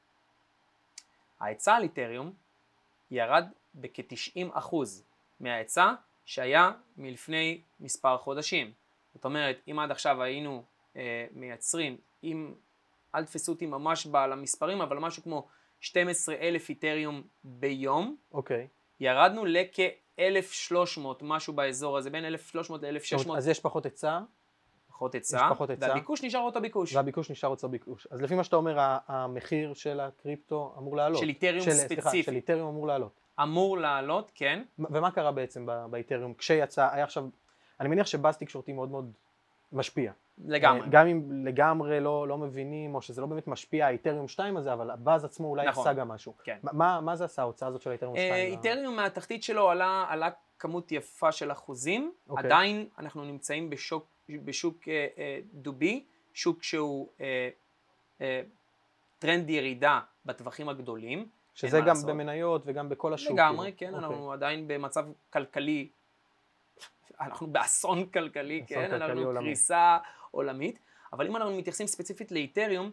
ההיצע על איתריום ירד בכ-תשעים אחוז מההיצע שהיה מלפני מספר חודשים. זאת אומרת, אם עד עכשיו היינו אה, מייצרים, אם, אל תפסו אותי ממש על המספרים, אבל משהו כמו שנים עשר אלף איתריום ביום, אוקיי. ירדנו לכ-אלף ושלוש מאות, משהו באזור הזה, בין אלף ושלוש מאות ל-אלף ושש מאות. אז יש פחות היצע? פחות היצע, פחות היצע. והביקוש נשאר אותו ביקוש. והביקוש נשאר אותו ביקוש. אז לפי מה שאתה אומר, המחיר של הקריפטו אמור לעלות. של איתריום של, ספציפי. סליחה, של איתריום אמור לעלות. אמור לעלות, כן. ומה קרה בעצם באיתריום? כשיצא, היה עכשיו, אני מניח שבאז תקשורתי מאוד מאוד משפיע. לגמרי. גם אם לגמרי לא, לא מבינים, או שזה לא באמת משפיע, האיתריום שתיים הזה, אבל הבאז עצמו אולי נכון. עשה גם משהו. כן. מה, מה זה עשה, ההוצאה הזאת של האיתריום שתיים? איתריום מהתחתית שלו עלה, עלה כמות יפה של אחוזים. אוקיי. עדיין אנחנו נמצאים בשוק, בשוק אה, אה, דובי, שוק שהוא אה, אה, טרנד ירידה בטווחים הגדולים. שזה גם לעשות. במניות וגם בכל השוק. לגמרי, כן, אוקיי. אנחנו עדיין במצב כלכלי, אנחנו באסון כלכלי, אסון כן, כלכלי אנחנו עולמי. קריסה עולמית, אבל אם אנחנו מתייחסים ספציפית לאיתריום,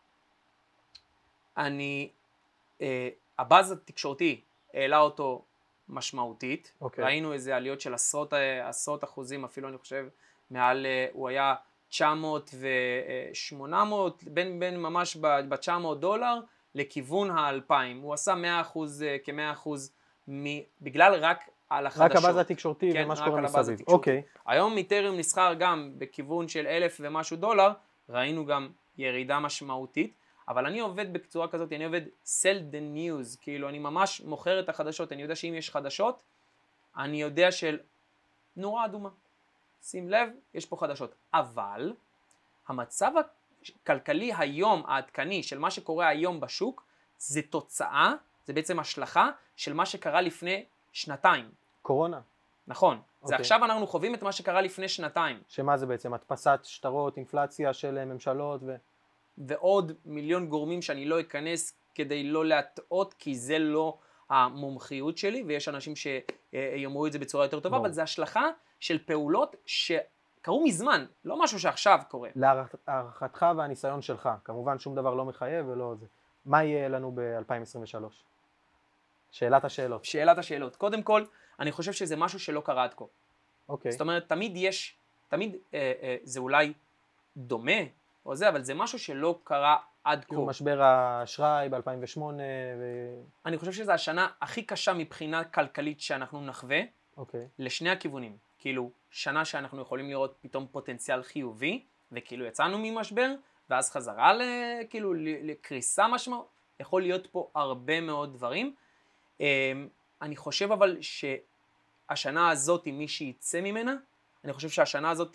אני, אה, הבאז התקשורתי העלה אותו משמעותית, אוקיי. ראינו איזה עליות של עשרות, עשרות אחוזים, אפילו אני חושב מעל, הוא היה תשע מאות ו-שמונה מאות, בין, בין ממש ב-תשע מאות דולר לכיוון ה-אלפיים. הוא עשה מאה אחוז, כ-מאה אחוז, בגלל רק על החדשות. רק הבאז התקשורתי כן, ומה שקורה מסביב. אוקיי. היום איתריום נסחר גם בכיוון של אלף ומשהו דולר, ראינו גם ירידה משמעותית, אבל אני עובד בצורה כזאת, אני עובד sell the news, כאילו אני ממש מוכר את החדשות, אני יודע שאם יש חדשות, אני יודע של נורה אדומה. שים לב, יש פה חדשות. אבל המצב הכלכלי היום העדכני של מה שקורה היום בשוק, זה תוצאה, זה בעצם השלכה של מה שקרה לפני שנתיים. קורונה. נכון. Okay. זה עכשיו אנחנו חווים את מה שקרה לפני שנתיים. שמה זה בעצם? הדפסת שטרות, אינפלציה של ממשלות ו... ועוד מיליון גורמים שאני לא אכנס כדי לא להטעות, כי זה לא המומחיות שלי, ויש אנשים שיאמרו את זה בצורה יותר טובה, no. אבל זה השלכה של פעולות שקרו מזמן, לא משהו שעכשיו קורה. להערכתך והניסיון שלך, כמובן שום דבר לא מחייב ולא זה. מה יהיה לנו ב-אלפיים עשרים ושלוש? שאלת השאלות. שאלת השאלות. קודם כל, אני חושב שזה משהו שלא קרה עד כה. אוקיי. זאת אומרת, תמיד יש, תמיד אה, אה, זה אולי דומה, או זה, אבל זה משהו שלא קרה עד כה. משבר האשראי ב-אלפיים ושמונה ו... אני חושב שזו השנה הכי קשה מבחינה כלכלית שאנחנו נחווה, אוקיי. לשני הכיוונים. כאילו, שנה שאנחנו יכולים לראות פתאום פוטנציאל חיובי, וכאילו יצאנו ממשבר, ואז חזרה כאילו לקריסה משמעות, יכול להיות פה הרבה מאוד דברים. אני חושב אבל שהשנה הזאת, מי שיצא ממנה, אני חושב שהשנה הזאת,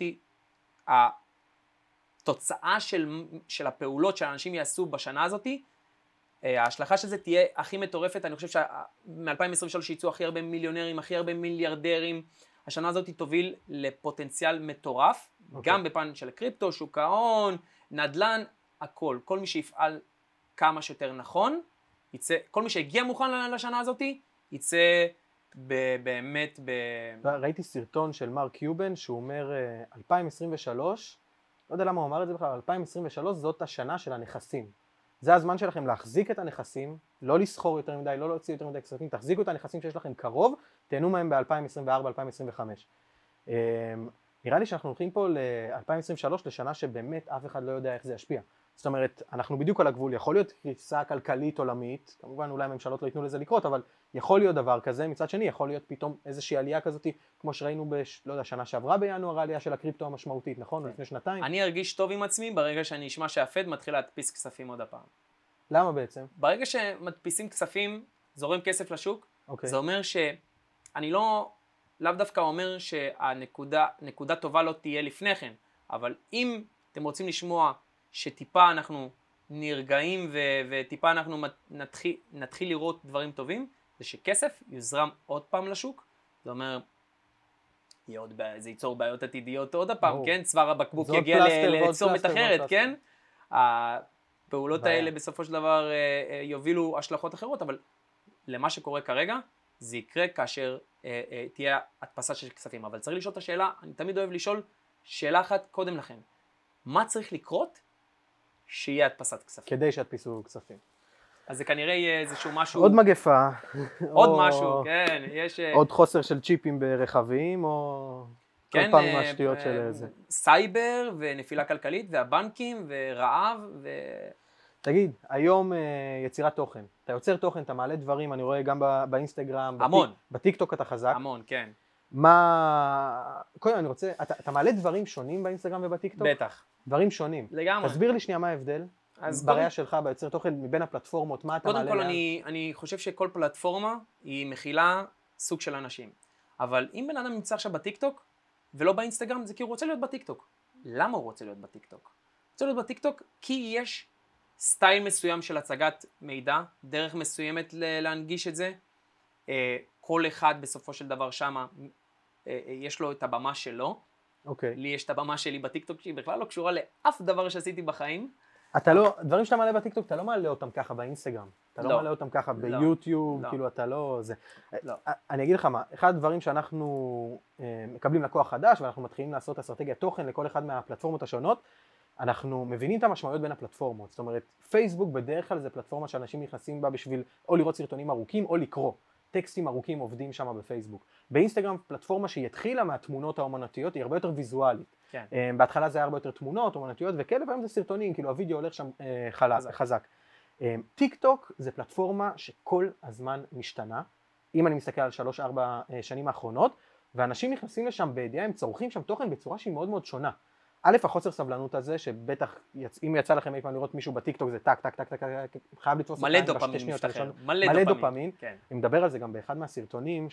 התוצאה של, של הפעולות שאנשים יעשו בשנה הזאת, ההשלכה של זה תהיה הכי מטורפת. אני חושב שמ-אלפיים עשרים ושלוש יצאו הכי הרבה מיליונרים, הכי הרבה מיליארדרים. השנה הזאת תוביל לפוטנציאל מטורף, okay. גם בפן של קריפטו, שוק ההון, נדל"ן, הכל. כל מי שיפעל כמה שיותר נכון, יצא, כל מי שהגיע מוכן לשנה הזאת, יצא באמת ב... ראיתי סרטון של מרק קיובן, שהוא אומר אלפיים עשרים ושלוש, לא יודע למה הוא אמר את זה בכלל, אלפיים עשרים ושלוש זאת השנה של הנכסים. זה הזמן שלכם להחזיק את הנכסים, לא לסחור יותר מדי, לא להוציא יותר מדי כספים, תחזיקו את הנכסים שיש לכם קרוב, תהנו מהם ב-אלפיים עשרים וארבע אלפיים עשרים וחמש. נראה לי שאנחנו הולכים פה ל-אלפיים עשרים ושלוש, לשנה שבאמת אף אחד לא יודע איך זה ישפיע. זאת אומרת, אנחנו בדיוק על הגבול, יכול להיות קריסה כלכלית עולמית, כמובן אולי הממשלות לא ייתנו לזה לקרות, אבל יכול להיות דבר כזה, מצד שני יכול להיות פתאום איזושהי עלייה כזאת, כמו שראינו בש... לא יודע, שנה שעברה בינואר, העלייה של הקריפטו המשמעותית, נכון? לפני שנתיים. אני ארגיש טוב עם עצמי ברגע שאני אשמע שהפד מתחיל להדפיס כספים עוד הפעם. למה בעצם? ברגע שמדפיסים כספים, זורם כסף לשוק, okay. זה אומר שאני לא, לאו דווקא אומר שהנקודה, נקודה טובה לא תהיה לפני כן, אבל אם אתם רוצים לשמוע שטיפה אנחנו נרגעים ו- וטיפה אנחנו נתחיל, נתחיל לראות דברים טובים, זה שכסף יוזרם עוד פעם לשוק, זה אומר, יהיה עוד בעיה, זה ייצור בעיות עתידיות עוד הפעם, כן? צוואר הבקבוק יגיע לצומת אחרת, כן? הפעולות האלה בסופו של דבר יובילו השלכות אחרות, אבל למה שקורה כרגע, זה יקרה כאשר תהיה הדפסה של כספים. אבל צריך לשאול את השאלה, אני תמיד אוהב לשאול שאלה אחת קודם לכן. מה צריך לקרות שיהיה הדפסת כספים? כדי שידפיסו כספים. אז זה כנראה יהיה איזשהו משהו... עוד מגפה. עוד משהו, כן. יש... עוד חוסר של צ'יפים ברכבים, או... כל פעם עם השטויות של זה. סייבר ונפילה כלכלית, והבנקים, ורעב, ו... תגיד, היום יצירת תוכן. אתה יוצר תוכן, אתה מעלה דברים, אני רואה גם באינסטגרם. המון. בטיקטוק אתה חזק. המון, כן. מה... קודם אני רוצה... אתה, אתה מעלה דברים שונים באינסטגרם ובטיקטוק? בטח. דברים שונים. לגמרי. תסביר לי שנייה מה ההבדל. בראייה שלך ביוצר תוכן מבין הפלטפורמות, מה אתה מעלה? קודם כל אני, אני חושב שכל פלטפורמה היא מכילה סוג של אנשים. אבל אם בן אדם נמצא עכשיו בטיקטוק ולא באינסטגרם, זה כי הוא רוצה להיות בטיקטוק. למה הוא רוצה להיות בטיקטוק? הוא רוצה להיות בטיקטוק כי יש סטייל מסוים של הצגת מידע, דרך מסוימת להנגיש את זה. כל אחד בסופו של דבר שמה יש לו את הבמה שלו. אוקיי. לי יש את הבמה שלי בטיקטוק שהיא בכלל לא קשורה לאף דבר שעשיתי בחיים. אתה לא, דברים שאתה מעלה בטיקטוק, אתה לא מעלה אותם ככה באינסטגרם. אתה לא, לא מעלה אותם ככה ביוטיוב, לא. כאילו אתה לא... זה... לא. אני אגיד לך מה, אחד הדברים שאנחנו אה, מקבלים לקוח חדש, ואנחנו מתחילים לעשות אסטרטגיית תוכן לכל אחד מהפלטפורמות השונות, אנחנו מבינים את המשמעויות בין הפלטפורמות. זאת אומרת, פייסבוק בדרך כלל זה פלטפורמה שאנשים נכנסים בה בשביל או לראות סרטונים ארוכים או לקרוא. טקסטים ארוכים עובדים שם בפייסבוק. באינסטגרם, פלטפורמה שהיא התחילה מהתמונות האומנותיות, היא הרבה יותר ויזואלית. כן. בהתחלה זה היה הרבה יותר תמונות, אומנותיות וכאלה, והיום זה סרטונים, כאילו הווידאו הולך שם חלק, חזק. חזק. טיק טוק זה פלטפורמה שכל הזמן משתנה, אם אני מסתכל על שלוש ארבע שנים האחרונות, ואנשים נכנסים לשם בידיעה, הם צורכים שם תוכן בצורה שהיא מאוד מאוד שונה. א', החוסר סבלנות הזה, שבטח, יצ... אם יצא לכם אי פעם לראות מישהו בטיקטוק, זה טק, טק, טק, טק, טק, חייב לתפוס מלא דופמין משתחרר, מלא, מלא דופמין. כן. אני מדבר על זה גם באחד מהסרטונים,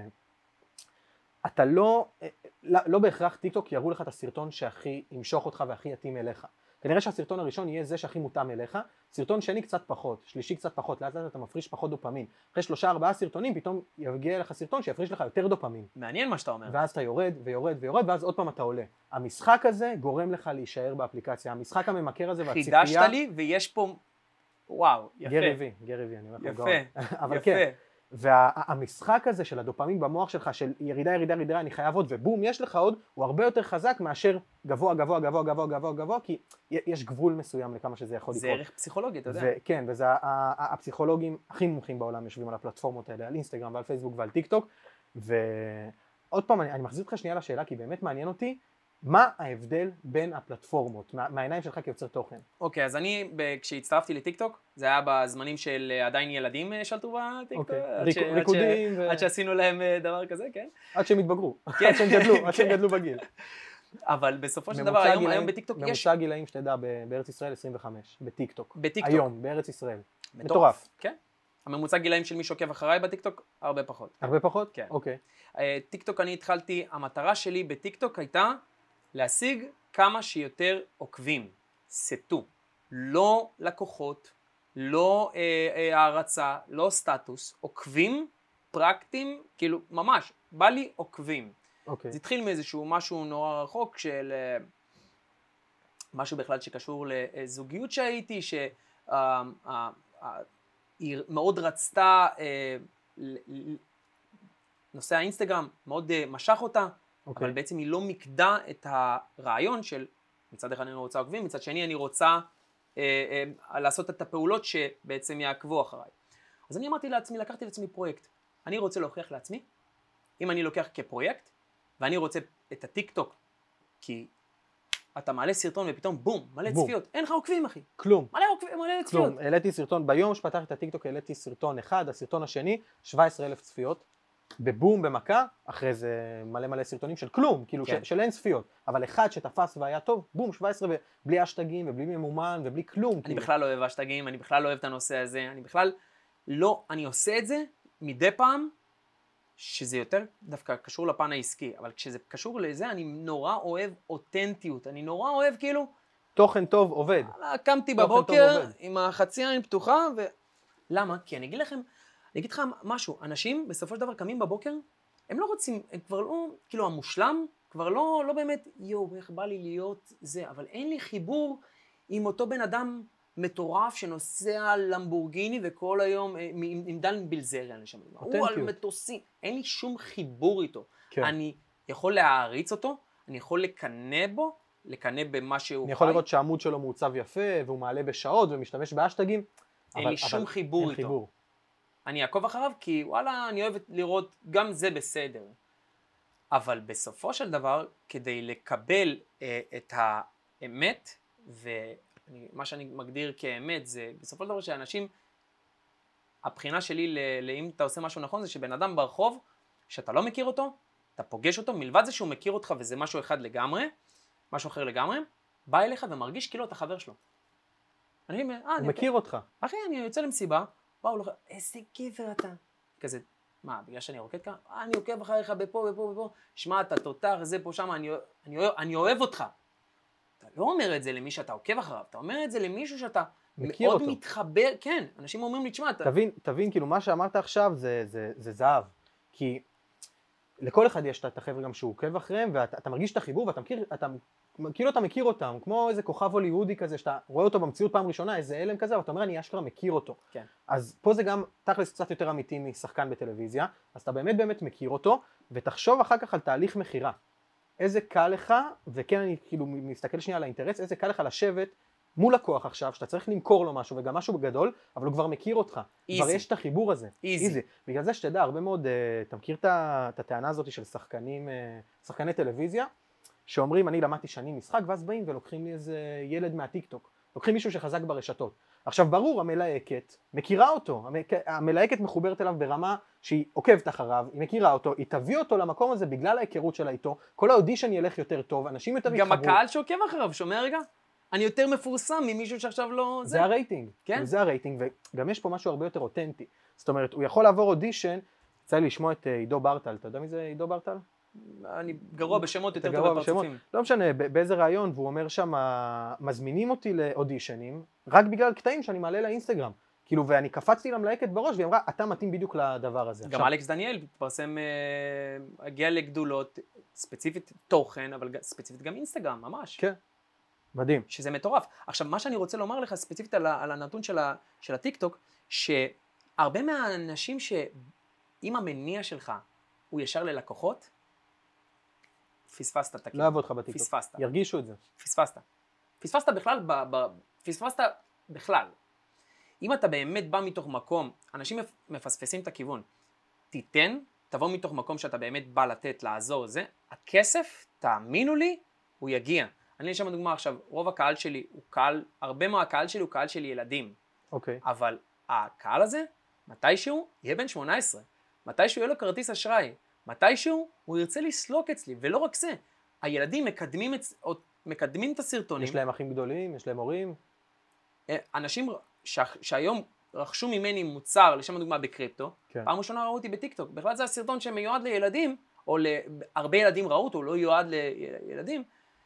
שאתה לא, לא, לא בהכרח טיקטוק יראו לך את הסרטון שהכי ימשוך אותך והכי יתאים אליך. כנראה שהסרטון הראשון יהיה זה שהכי מותאם אליך, סרטון שני קצת פחות, שלישי קצת פחות, לאט לאט אתה מפריש פחות דופמין. אחרי שלושה ארבעה סרטונים פתאום יגיע לך סרטון שיפריש לך יותר דופמין. מעניין מה שאתה אומר. ואז אתה יורד ויורד ויורד, ואז עוד פעם אתה עולה. המשחק הזה גורם לך להישאר באפליקציה, המשחק הממכר הזה והציפייה... חידשת לי ויש פה... וואו, יפה. גרי וי, גרי וי, אני אומר לך גאון. יפה, אבל יפה. כן. והמשחק הזה של הדופמין במוח שלך, של ירידה, ירידה, ירידה, אני חייב עוד, ובום, יש לך עוד, הוא הרבה יותר חזק מאשר גבוה, גבוה, גבוה, גבוה, גבוה, גבוה, כי יש גבול מסוים לכמה שזה יכול לקרות. זה ערך פסיכולוגי, אתה יודע. כן, וזה הפסיכולוגים הכי מומחים בעולם יושבים על הפלטפורמות האלה, על אינסטגרם ועל פייסבוק ועל טיק טוק, ועוד פעם, אני, אני מחזיר אותך שנייה לשאלה, כי באמת מעניין אותי, מה ההבדל בין הפלטפורמות, מה, מהעיניים שלך כיוצר תוכן? אוקיי, אז אני, כשהצטרפתי לטיק טוק, זה היה בזמנים של עדיין ילדים שלטו בטיק טוק, אוקיי, ריקודים ו... עד שעשינו להם דבר כזה, כן? עד שהם התבגרו, עד שהם גדלו, עד שהם גדלו בגיל. אבל בסופו של דבר, היום, היום בטיק טוק יש... ממוצע גילאים שתדע בארץ ישראל עשרים וחמש, בטיק טוק. בטיק טוק. היום, בארץ ישראל. מטורף. כן. הממוצע גילאים של מי שעוקב אחריי בטיק טוק, הרבה פחות. הרבה פחות? כן. אוקיי. טיק טוק אני התחלתי, המטרה שלי בטיק טוק הייתה להשיג כמה שיותר עוקבים, סטו, לא לקוחות, לא אה, אה, הערצה, לא סטטוס, עוקבים פרקטיים, כאילו ממש, בא לי עוקבים. אוקיי. זה התחיל מאיזשהו משהו נורא רחוק של אה, משהו בכלל שקשור לזוגיות שהייתי, שהיא אה, אה, אה, מאוד רצתה, אה, נושא האינסטגרם מאוד אה, משך אותה, Okay. אבל בעצם היא לא מקדה את הרעיון של מצד אחד אני רוצה עוקבים, מצד שני אני רוצה אה, אה, לעשות את הפעולות שבעצם יעקבו אחריי. אז אני אמרתי לעצמי, לקחתי לעצמי פרויקט. אני רוצה להוכיח לעצמי, אם אני לוקח כפרויקט, ואני רוצה את הטיק טוק, כי אתה מעלה סרטון ופתאום בום, מלא בום. צפיות, אין לך עוקבים אחי. כלום. מלא עוקבים, מלא צפיות. כלום, העליתי סרטון, ביום שפתחתי את הטיק טוק העליתי סרטון אחד, הסרטון השני, שבע עשרה אלף צפיות. בבום, במכה, אחרי זה מלא מלא סרטונים של כלום, כאילו כן. של, של אין צפיות, אבל אחד שתפס והיה טוב, בום, שבע עשרה ובלי אשטגים ובלי ממומן ובלי כלום. אני כאילו. בכלל לא אוהב אשטגים, אני בכלל לא אוהב את הנושא הזה, אני בכלל לא, אני עושה את זה מדי פעם, שזה יותר דווקא קשור לפן העסקי, אבל כשזה קשור לזה, אני נורא אוהב אותנטיות, אני נורא אוהב כאילו... תוכן טוב עובד. קמתי בבוקר עם החצי עין פתוחה, ו... למה? כי אני אגיד לכם, אני אגיד לך משהו, אנשים בסופו של דבר קמים בבוקר, הם לא רוצים, הם כבר לא, כאילו המושלם, כבר לא, לא באמת, יו, איך בא לי להיות זה, אבל אין לי חיבור עם אותו בן אדם מטורף שנוסע למבורגיני וכל היום, עם, עם דן בילזריה, אני שמע, הוא על מטוסים, אין לי שום חיבור איתו. כן. אני יכול להעריץ אותו, אני יכול לקנא בו, לקנא במה שהוא אני יכול לראות שהעמוד שלו מעוצב יפה, והוא מעלה בשעות ומשתמש באשטגים, אין לי שום חיבור איתו. אני אעקוב אחריו כי וואלה אני אוהב לראות גם זה בסדר. אבל בסופו של דבר כדי לקבל אה, את האמת ומה שאני מגדיר כאמת זה בסופו של דבר שאנשים, הבחינה שלי לאם אתה עושה משהו נכון זה שבן אדם ברחוב שאתה לא מכיר אותו, אתה פוגש אותו, מלבד זה שהוא מכיר אותך וזה משהו אחד לגמרי, משהו אחר לגמרי, בא אליך ומרגיש כאילו אתה חבר שלו. אני, הוא אני מכיר אותך. אחי אני יוצא למסיבה, וואו, לא, איזה גבר אתה. כזה, מה, בגלל שאני רוקד כאן? אני עוקב אחריך בפה, בפה, בפה. שמע, אתה תותח, זה פה, שם, אני, אני, אוהב, אני אוהב אותך. אתה לא אומר את זה למי שאתה עוקב אחריו, אתה אומר את זה למישהו שאתה מאוד אותו. מתחבר, כן, אנשים אומרים לי, תשמע, אתה... תבין, תבין, כאילו, מה שאמרת עכשיו זה, זה, זה זהב. כי לכל אחד יש את החבר'ה גם שהוא עוקב אחריהם, ואתה אתה מרגיש את החיבור, ואתה מכיר, אתה... כאילו אתה מכיר אותם, כמו איזה כוכב הוליוודי כזה, שאתה רואה אותו במציאות פעם ראשונה, איזה אלם כזה, ואתה אומר, אני אשכרה מכיר אותו. כן. אז פה זה גם תכלס קצת יותר אמיתי משחקן בטלוויזיה, אז אתה באמת באמת מכיר אותו, ותחשוב אחר כך על תהליך מחירה. איזה קל לך, וכן אני כאילו מסתכל שנייה על האינטרס, איזה קל לך לשבת מול לקוח עכשיו, שאתה צריך למכור לו משהו, וגם משהו בגדול, אבל הוא כבר מכיר אותך. Easy. כבר יש את החיבור הזה. Easy. Easy. בגלל זה שתדע, הרבה מאוד, אתה מכיר את הטענה הזאת של שחקנים, שחקני טלוויזיה, שאומרים, אני למדתי שנים משחק, ואז באים ולוקחים לי איזה ילד מהטיקטוק. לוקחים מישהו שחזק ברשתות. עכשיו ברור, המלהקת מכירה אותו, המלהקת מחוברת אליו ברמה שהיא עוקבת אחריו, היא מכירה אותו, היא תביא אותו למקום הזה בגלל ההיכרות שלה איתו, כל האודישן ילך יותר טוב, אנשים יותר יתחברו. גם הקהל שעוקב אחריו, שומע רגע? אני יותר מפורסם ממישהו שעכשיו לא... זה הרייטינג, כן? זה הרייטינג, וגם יש פה משהו הרבה יותר אותנטי. זאת אומרת, הוא יכול לעבור אודישן, יצא לי לשמוע את עידו ברטל, אתה יודע מי זה עידו ברטל? אני גרוע בשמות יותר טוב בפרצופים. לא משנה, באיזה רעיון, והוא אומר שם, מזמינים אותי לאודישנים, רק בגלל קטעים שאני מעלה לאינסטגרם. כאילו, ואני קפצתי למלהקת בראש, והיא אמרה, אתה מתאים בדיוק לדבר הזה. גם אלכס דניאל התפרסם, הגיע לגדולות, ספציפית תוכן, אבל ספציפית גם אינסטגרם, ממש. כן, מדהים. שזה מטורף. עכשיו, מה שאני רוצה לומר לך, ספציפית על, על הנתון של, ה, של הטיקטוק, שהרבה מהאנשים שאם המניע שלך הוא ישר ללקוחות, פספסת את הכיוון. לא אעבוד לך בטיקטוק. פספסת. ירגישו את זה. פספסת. פספסת בכלל, ב, ב, פספסת בכלל. אם אתה באמת בא מתוך מקום, אנשים מפספסים את הכיוון, תיתן, תבוא מתוך מקום שאתה באמת בא לתת, לעזור, זה, הכסף, תאמינו לי, הוא יגיע. אני אשם דוגמה עכשיו, רוב הקהל שלי הוא קהל, הרבה מהקהל שלי הוא קהל של ילדים. אוקיי. אבל הקהל הזה, מתישהו, יהיה בן שמונה עשרה. מתישהו יהיה לו כרטיס אשראי. מתישהו הוא ירצה לסלוק אצלי, ולא רק זה. הילדים מקדמים את, מקדמים את הסרטונים. יש להם אחים גדולים, יש להם הורים. אנשים ש, שהיום רכשו ממני מוצר, לשם הדוגמה בקריפטו, כן. פעם ראשונה ראו אותי בטיקטוק. בכלל זה הסרטון שמיועד לילדים, או להרבה ילדים ראו אותו, הוא לא יועד לילדים,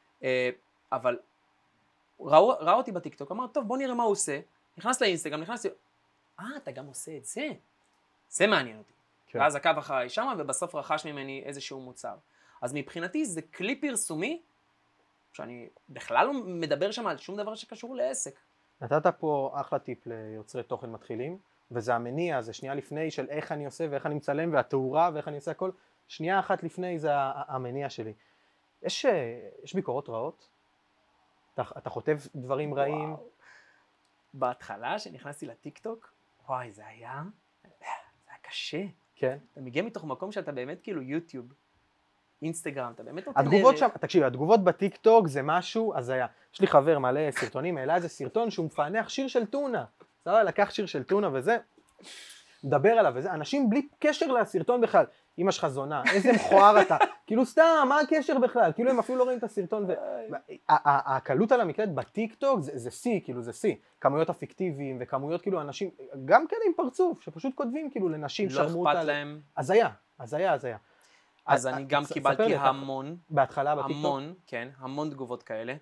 אבל ראו, ראו אותי בטיקטוק, אמר, טוב, בוא נראה מה הוא עושה. נכנס לאינסטגרם, נכנס לי, אה, אתה גם עושה את זה? זה מעניין אותי. כן. ואז עקב אחריי שמה, ובסוף רכש ממני איזשהו מוצר. אז מבחינתי זה כלי פרסומי, שאני בכלל לא מדבר שם על שום דבר שקשור לעסק. נתת פה אחלה טיפ ליוצרי תוכן מתחילים, וזה המניע, זה שנייה לפני של איך אני עושה ואיך אני מצלם, והתאורה ואיך אני עושה הכל, שנייה אחת לפני זה המניע שלי. יש, יש ביקורות רעות? אתה, אתה חוטב דברים וואו. רעים? בהתחלה שנכנסתי לטיקטוק, וואי, זה היה, זה היה קשה. כן. אתה מגיע מתוך מקום שאתה באמת כאילו יוטיוב, אינסטגרם, אתה באמת נותן... התגובות שם, תקשיב, התגובות בטיקטוק זה משהו, אז היה, יש לי חבר מלא סרטונים, העלה איזה סרטון שהוא מפענח שיר של טונה. סבבה, לקח שיר של טונה וזה, מדבר עליו וזה, אנשים בלי קשר לסרטון בכלל, אמא שלך זונה, איזה מכוער אתה, כאילו סתם, מה הקשר בכלל? כאילו הם אפילו לא רואים את הסרטון, והקלות על המקלט בטיקטוק זה שיא, כאילו זה שיא, כמויות אפקטיביים וכמויות כאילו אנשים, גם כאלה עם פרצוף, שפשוט כותבים כאילו לנשים שרמות לא אכפת להם. אז היה, אז היה, אז היה. אז אני גם קיבלתי המון, בהתחלה בטיקטוק, המון, כן, המון תגובות כאלה,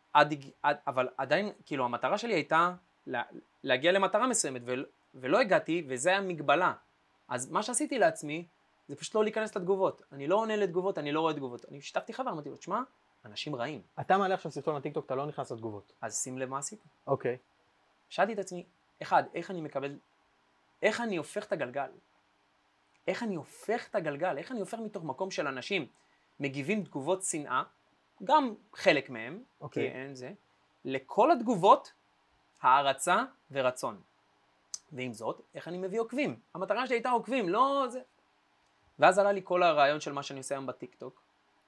אבל עדיין, כאילו המטרה שלי הייתה להגיע למטרה מסוימת, ולא הגעתי, וזה היה מגבלה. אז מה שעשיתי לעצמי, זה פשוט לא להיכנס לתגובות. אני לא עונה לתגובות, אני לא רואה תגובות. אני שיתפתי חבר, אמרתי לו, תשמע, אנשים רעים. אתה מעלה עכשיו סרטון לטיקטוק, אתה לא נכנס לתגובות. אז שים לב מה עשית. אוקיי. שאלתי את עצמי, אחד, איך אני מקבל, איך אני הופך את הגלגל? איך אני הופך את הגלגל? איך אני הופך מתוך מקום של אנשים מגיבים תגובות שנאה, גם חלק מהם, אוקיי. כי אין זה, לכל התגובות, הערצה ורצון. ועם זאת, איך אני מביא עוקבים? המטרה שלי הייתה עוקבים, לא זה. ואז עלה לי כל הרעיון של מה שאני עושה היום בטיקטוק,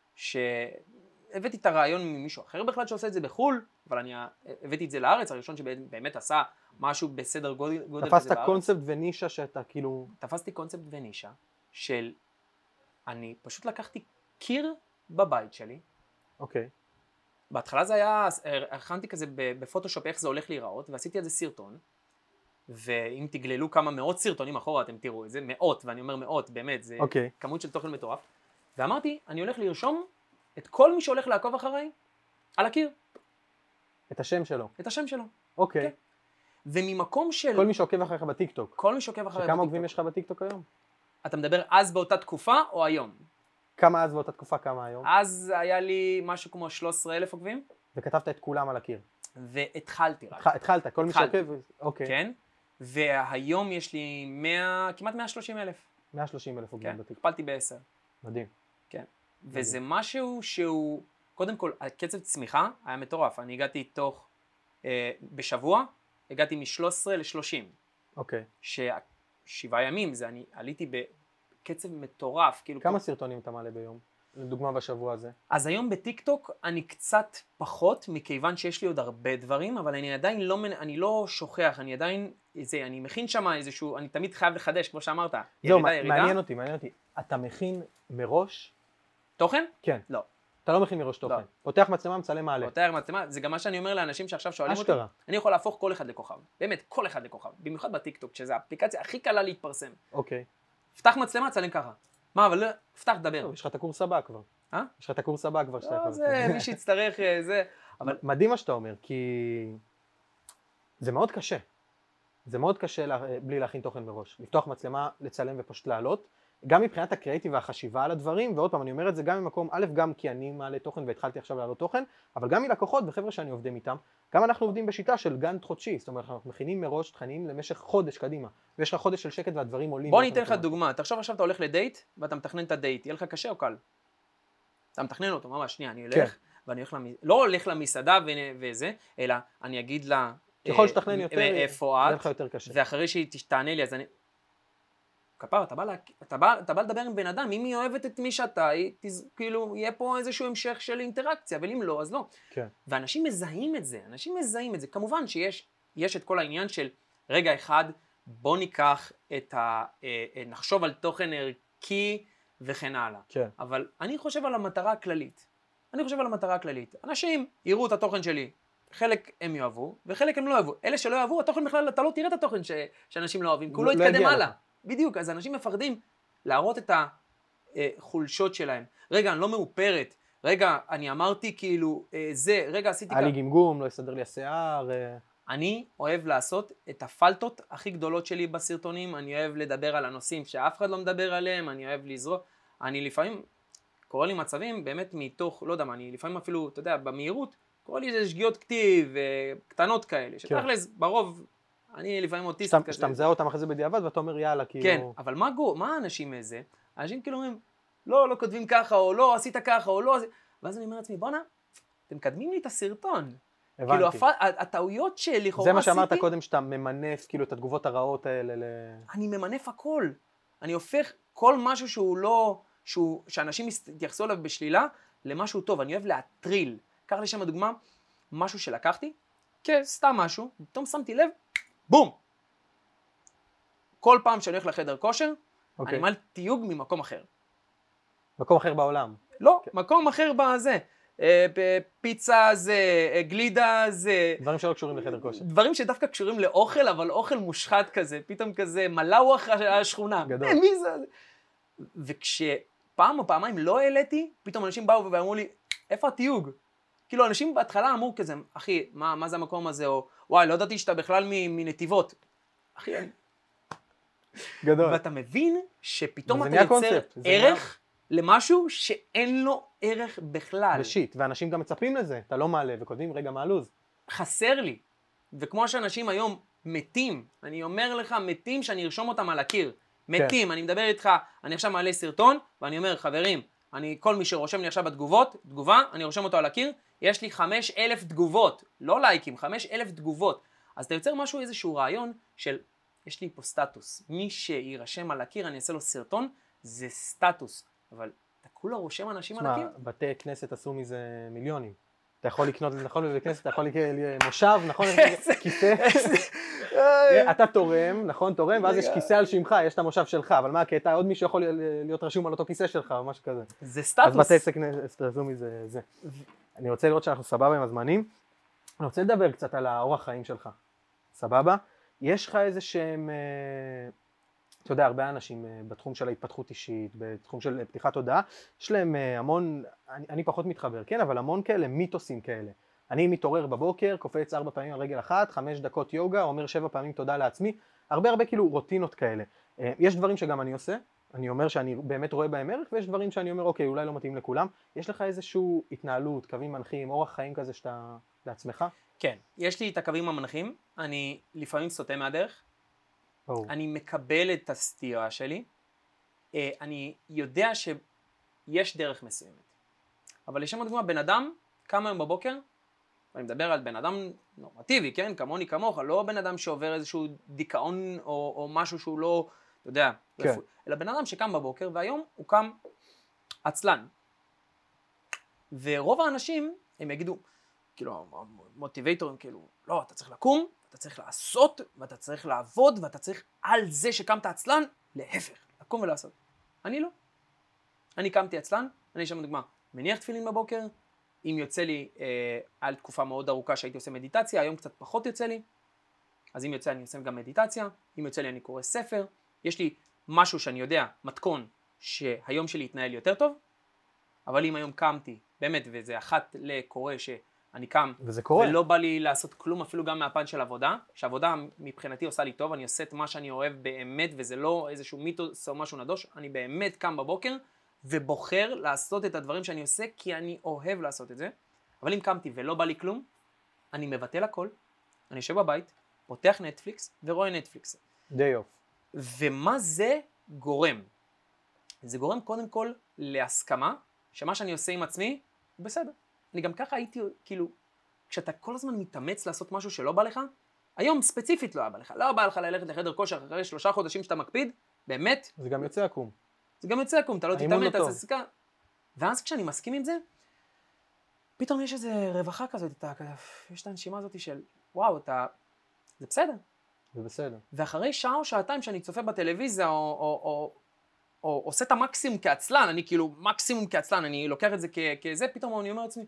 שהבאתי את הרעיון ממישהו אחר בכלל שעושה את זה בחול, אבל אני הבאתי את זה לארץ, הראשון שבאמת עשה משהו בסדר גודל, גודל כזה בארץ. תפסת קונספט ונישה שאתה כאילו... תפסתי קונספט ונישה של, אני פשוט לקחתי קיר בבית שלי. אוקיי. בהתחלה זה היה, הכנתי כזה בפוטושופ איך זה הולך להיראות, ועשיתי את זה סרטון. ואם תגללו כמה מאות סרטונים אחורה, אתם תראו את זה, מאות, ואני אומר מאות, באמת, זה okay. כמות של תוכן מטורף. ואמרתי, אני הולך לרשום את כל מי שהולך לעקוב אחריי על הקיר. את השם שלו. את השם שלו. אוקיי. Okay. Okay. וממקום של... כל מי שעוקב אחריך בטיקטוק. כל מי שעוקב אחריך בטיקטוק. שכמה עוקבים יש לך בטיקטוק היום? אתה מדבר אז באותה תקופה או היום? כמה אז באותה תקופה, כמה היום? אז היה לי משהו כמו שלושה עשר אלף עוקבים. וכתבת את כולם על הקיר. והתחלתי רק. התחלת, כל מי שעוקב, אוקיי. כן. והיום יש לי מאה, כמעט מאה ושלושים אלף. מאה ושלושים אלף עוקבים בטיקטוק. הכפלתי בעשר. מדהים. כן. וזה משהו שהוא, קודם כל, הקצב צמיחה היה מטורף. אני הגעתי תוך אה, בשבוע הגעתי מ-שלוש עשרה ל-שלושים. אוקיי. ששבעה ימים, זה אני עליתי בקצב מטורף. כאילו כמה פה... סרטונים אתה מעלה ביום? לדוגמה בשבוע הזה. אז היום בטיק טוק אני קצת פחות, מכיוון שיש לי עוד הרבה דברים, אבל אני עדיין לא, אני לא שוכח, אני עדיין, זה, אני מכין שם איזשהו, אני תמיד חייב לחדש, כמו שאמרת. זהו, מעניין אותי, מעניין אותי. אתה מכין מראש? תוכן? כן. לא. אתה לא מכין מראש תוכן. לא. פותח מצלמה, מצלם מעלה. פותח מצלמה, זה גם מה שאני אומר לאנשים שעכשיו שואלים אותי. אשכרה. אני יכול להפוך כל אחד לכוכב. באמת, כל אחד לכוכב. במיוחד בטיק טוק, שזה האפליקציה הכי קלה להתפרסם. אוקיי. פתח מצלמה, צלם ככה. מה, אבל לא, פתח, דבר. טוב, יש לך את הקורס הבא כבר. אה? יש לך את הקורס הבא כבר שאתה יכול. לא, זה מי שיצטרך, זה. אבל... מדהים מה שאתה אומר, כי זה מאוד קשה. זה מאוד קשה לה... בלי להכין תוכן מראש. לפתוח מצלמה, לצלם ופשוט לעלות. גם מבחינת הקריאיטיב והחשיבה על הדברים, ועוד פעם אני אומר את זה גם ממקום א', גם כי אני מעלה תוכן והתחלתי עכשיו לעלות תוכן, אבל גם מלקוחות וחבר'ה שאני עובדים איתם, גם אנחנו עובדים בשיטה של גאנט חודשי, זאת אומרת אנחנו מכינים מראש תכנים למשך חודש קדימה, ויש לך חודש של שקט והדברים עולים. בוא ניתן לך דוגמה, תחשוב עכשיו אתה הולך לדייט ואתה מתכנן את הדייט, יהיה לך קשה או קל? אתה מתכנן אותו, ממש, שנייה, אני הולך, כן. ואני הולך למס... לא הולך למסעדה ו... וזה, אלא אני אגיד לה, ככל שתכנן יותר, יהיה לך יותר קשה. ואחרי שהיא תענה לי, אז אני... כפר, אתה בא, לה... אתה, בא... אתה בא לדבר עם בן אדם, אם היא אוהבת את מי שאתה, היא... תז... כאילו, יהיה פה איזשהו המשך של אינטראקציה, אבל אם לא, אז לא. כן. ואנשים מזהים את זה, אנשים מזהים את זה. כמובן שיש יש את כל העניין של רגע אחד, בוא ניקח את ה... נחשוב על תוכן ערכי וכן הלאה. כן. אבל אני חושב על המטרה הכללית. אני חושב על המטרה הכללית. אנשים יראו את התוכן שלי, חלק הם יאהבו, וחלק הם לא יאהבו. אלה שלא יאהבו, התוכן בכלל, אתה לא תראה את התוכן ש... שאנשים לא אוהבים, כי הוא לא יתקדם הלאה. בדיוק, אז אנשים מפחדים להראות את החולשות שלהם. רגע, אני לא מאופרת. רגע, אני אמרתי כאילו, זה, רגע, עשיתי היה לי גמגום, לא יסדר לי השיער. אני אוהב לעשות את הפלטות הכי גדולות שלי בסרטונים, אני אוהב לדבר על הנושאים שאף אחד לא מדבר עליהם, אני אוהב לזרוק. אני לפעמים, קורא לי מצבים, באמת מתוך, לא יודע מה, אני לפעמים אפילו, אתה יודע, במהירות, קורא לי איזה שגיאות כתיב, קטנות כאלה, שתכלס, ברוב, אני לפעמים אוטיסט כזה. שאתה מזהה אותם אחרי זה בדיעבד, ואתה אומר יאללה, כאילו... כן, אבל מה גו, מה האנשים איזה? האנשים כאילו אומרים, לא, לא כותבים ככה, או לא, עשית ככה, או לא, ואז אני אומר לעצמי, בוא'נה, אתם מקדמים לי את הסרטון. הבנתי. כאילו, הטעויות שלי, לכאורה זה מה שאמרת קודם, שאתה ממנף, כאילו, את התגובות הרעות האלה ל... אני ממנף הכל. אני הופך כל משהו שהוא לא, שהוא, שאנשים יתייחסו אליו בשלילה, למשהו טוב. אני אוהב להטריל. קח לי שם הדוגמה, משהו שלקחתי, כן, סתם משהו, פתאום שמתי לב, בום! כל פעם שאני הולך לחדר כושר, okay. אני מעל תיוג ממקום אחר. מקום אחר בעולם? לא, okay. מקום אחר בזה. פיצה זה, גלידה זה... דברים שלא קשורים לחדר כושר. דברים שדווקא קשורים לאוכל, אבל אוכל מושחת כזה, פתאום כזה מלאווח השכונה. גדול. מי זה? וכשפעם או פעמיים לא העליתי, פתאום אנשים באו ואמרו לי, איפה התיוג? כאילו אנשים בהתחלה אמרו כזה, אחי, מה, מה זה המקום הזה? או וואי, לא ידעתי שאתה בכלל מנתיבות. אחי, אני... גדול. ואתה מבין שפתאום אתה יוצר ערך למשהו שאין לו ערך בכלל. ושיט, ואנשים גם מצפים לזה, אתה לא מעלה וכותבים רגע מה הלוז. חסר לי. וכמו שאנשים היום מתים, אני אומר לך מתים שאני ארשום אותם על הקיר. מתים, כן. אני מדבר איתך, אני עכשיו מעלה סרטון, ואני אומר, חברים, אני, כל מי שרושם לי עכשיו בתגובות, תגובה, אני רושם אותו על הקיר, יש לי חמש אלף תגובות, לא לייקים, חמש אלף תגובות. אז אתה יוצר משהו, איזשהו רעיון של, יש לי פה סטטוס. מי שירשם על הקיר, אני אעשה לו סרטון, זה סטטוס. אבל אתה כולה רושם אנשים על הקיר? בתי כנסת עשו מזה מיליונים. אתה יכול לקנות, נכון, בבית כנסת, אתה יכול לקנות מושב, נכון, כיסא. אתה תורם, נכון, תורם, ואז יש כיסא על שמך, יש את המושב שלך, אבל מה הקטע? עוד מישהו יכול להיות רשום על אותו כיסא שלך, או משהו כזה. זה סטטוס. אז בתי כנסת עשו מזה זה. אני רוצה לראות שאנחנו סבבה עם הזמנים. אני רוצה לדבר קצת על האורח חיים שלך. סבבה? יש לך איזה שהם... אתה יודע, הרבה אנשים בתחום של ההתפתחות אישית, בתחום של פתיחת תודעה, יש להם המון, אני, אני פחות מתחבר, כן, אבל המון כאלה, מיתוסים כאלה. אני מתעורר בבוקר, קופץ ארבע פעמים על רגל אחת, חמש דקות יוגה, אומר שבע פעמים תודה לעצמי, הרבה הרבה כאילו רוטינות כאלה. יש דברים שגם אני עושה, אני אומר שאני באמת רואה בהם ערך, ויש דברים שאני אומר, אוקיי, אולי לא מתאים לכולם. יש לך איזשהו התנהלות, קווים מנחים, אורח חיים כזה שאתה לעצמך? כן, יש לי את הקווים המנחים, אני לפעמים סוטה מהדרך, אני מקבל את הסתירה שלי, אני יודע שיש דרך מסוימת. אבל לשם הדוגמה, בן אדם, קם היום בבוקר, אני מדבר על בן אדם נורמטיבי, כן? כמוני כמוך, לא בן אדם שעובר איזשהו דיכאון או, או משהו שהוא לא, אתה יודע, כן. רפואי, אלא בן אדם שקם בבוקר והיום הוא קם עצלן. ורוב האנשים, הם יגידו, כאילו, מוטיבייטורים, כאילו, לא, אתה צריך לקום, אתה צריך לעשות, ואתה צריך לעבוד, ואתה צריך על זה שקמת עצלן, להפך, לקום ולעשות. אני לא. אני קמתי עצלן, אני אשם דוגמה, מניח תפילין בבוקר, אם יוצא לי אה, על תקופה מאוד ארוכה שהייתי עושה מדיטציה, היום קצת פחות יוצא לי, אז אם יוצא אני עושה גם מדיטציה, אם יוצא לי אני קורא ספר, יש לי משהו שאני יודע, מתכון, שהיום שלי יתנהל יותר טוב, אבל אם היום קמתי, באמת, וזה אחת לקורא שאני קם, וזה קורה. ולא בא לי לעשות כלום אפילו גם מהפן של עבודה, שעבודה מבחינתי עושה לי טוב, אני עושה את מה שאני אוהב באמת, וזה לא איזשהו מיתוס או משהו נדוש, אני באמת קם בבוקר, ובוחר לעשות את הדברים שאני עושה, כי אני אוהב לעשות את זה. אבל אם קמתי ולא בא לי כלום, אני מבטל הכל, אני יושב בבית, פותח נטפליקס ורואה נטפליקס. די אוף. ומה זה גורם? זה גורם קודם כל להסכמה, שמה שאני עושה עם עצמי, הוא בסדר. אני גם ככה הייתי, כאילו, כשאתה כל הזמן מתאמץ לעשות משהו שלא בא לך, היום ספציפית לא בא לך, לא בא לך ללכת לחדר כושר אחרי שלושה חודשים שאתה מקפיד, באמת. זה גם יוצא עקום. זה גם יוצא עקום, אתה לא תתאמץ, אז עסקה. ואז כשאני מסכים עם זה, פתאום יש איזה רווחה כזאת, אתה, יש את הנשימה הזאת של, וואו, אתה, זה בסדר. זה בסדר. ואחרי שעה או שעתיים שאני צופה בטלוויזיה, או, או, או, או עושה את המקסימום כעצלן, אני כאילו מקסימום כעצלן, אני לוקח את זה כ, כזה, פתאום אני אומר לעצמי,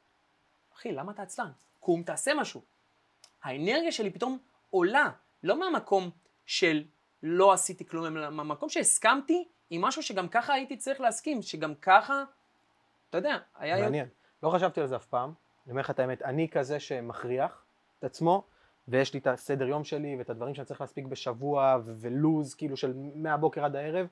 אחי, למה אתה עצלן? קום, תעשה משהו. האנרגיה שלי פתאום עולה, לא מהמקום של לא עשיתי כלום, אלא מהמקום שהסכמתי עם משהו שגם ככה הייתי צריך להסכים, שגם ככה, אתה יודע, היה... מעניין. לא חשבתי על זה אף פעם. אני אומר לך את האמת, אני כזה שמכריח את עצמו, ויש לי את הסדר יום שלי ואת הדברים שאני צריך להספיק בשבוע, ולוז כאילו של מהבוקר עד הערב,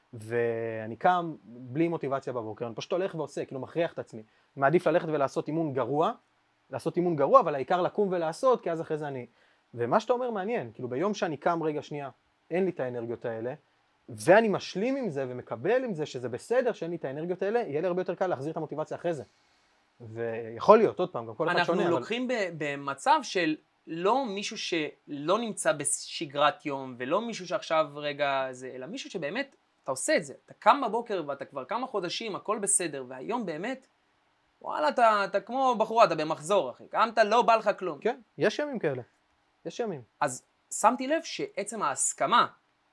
ואני קם בלי מוטיבציה בבוקר, אני פשוט הולך ועושה, כאילו מכריח את עצמי. מעדיף ללכת ולעשות אימון גרוע, לעשות אימון גרוע, אבל העיקר לקום ולעשות, כי אז אחרי זה אני... ומה שאתה אומר מעניין, כאילו ביום שאני קם רגע שנייה, אין לי את האנרגיות האלה, ואני משלים עם זה ומקבל עם זה שזה בסדר שאין לי את האנרגיות האלה, יהיה לי הרבה יותר קל להחזיר את המוטיבציה אחרי זה. ויכול להיות, עוד פעם, גם כל אחד שונה. אנחנו לוקחים אבל... במצב של לא מישהו שלא נמצא בשגרת יום, ולא מישהו שעכשיו רגע זה, אלא מישהו שבאמת, אתה עושה את זה. אתה קם בבוקר ואתה כבר כמה חודשים, הכל בסדר, והיום באמת, וואלה, אתה, אתה כמו בחורה, אתה במחזור, אחי. קמת, לא בא לך כלום. כן, יש ימים כאלה. יש ימים. אז שמתי לב שעצם ההסכמה,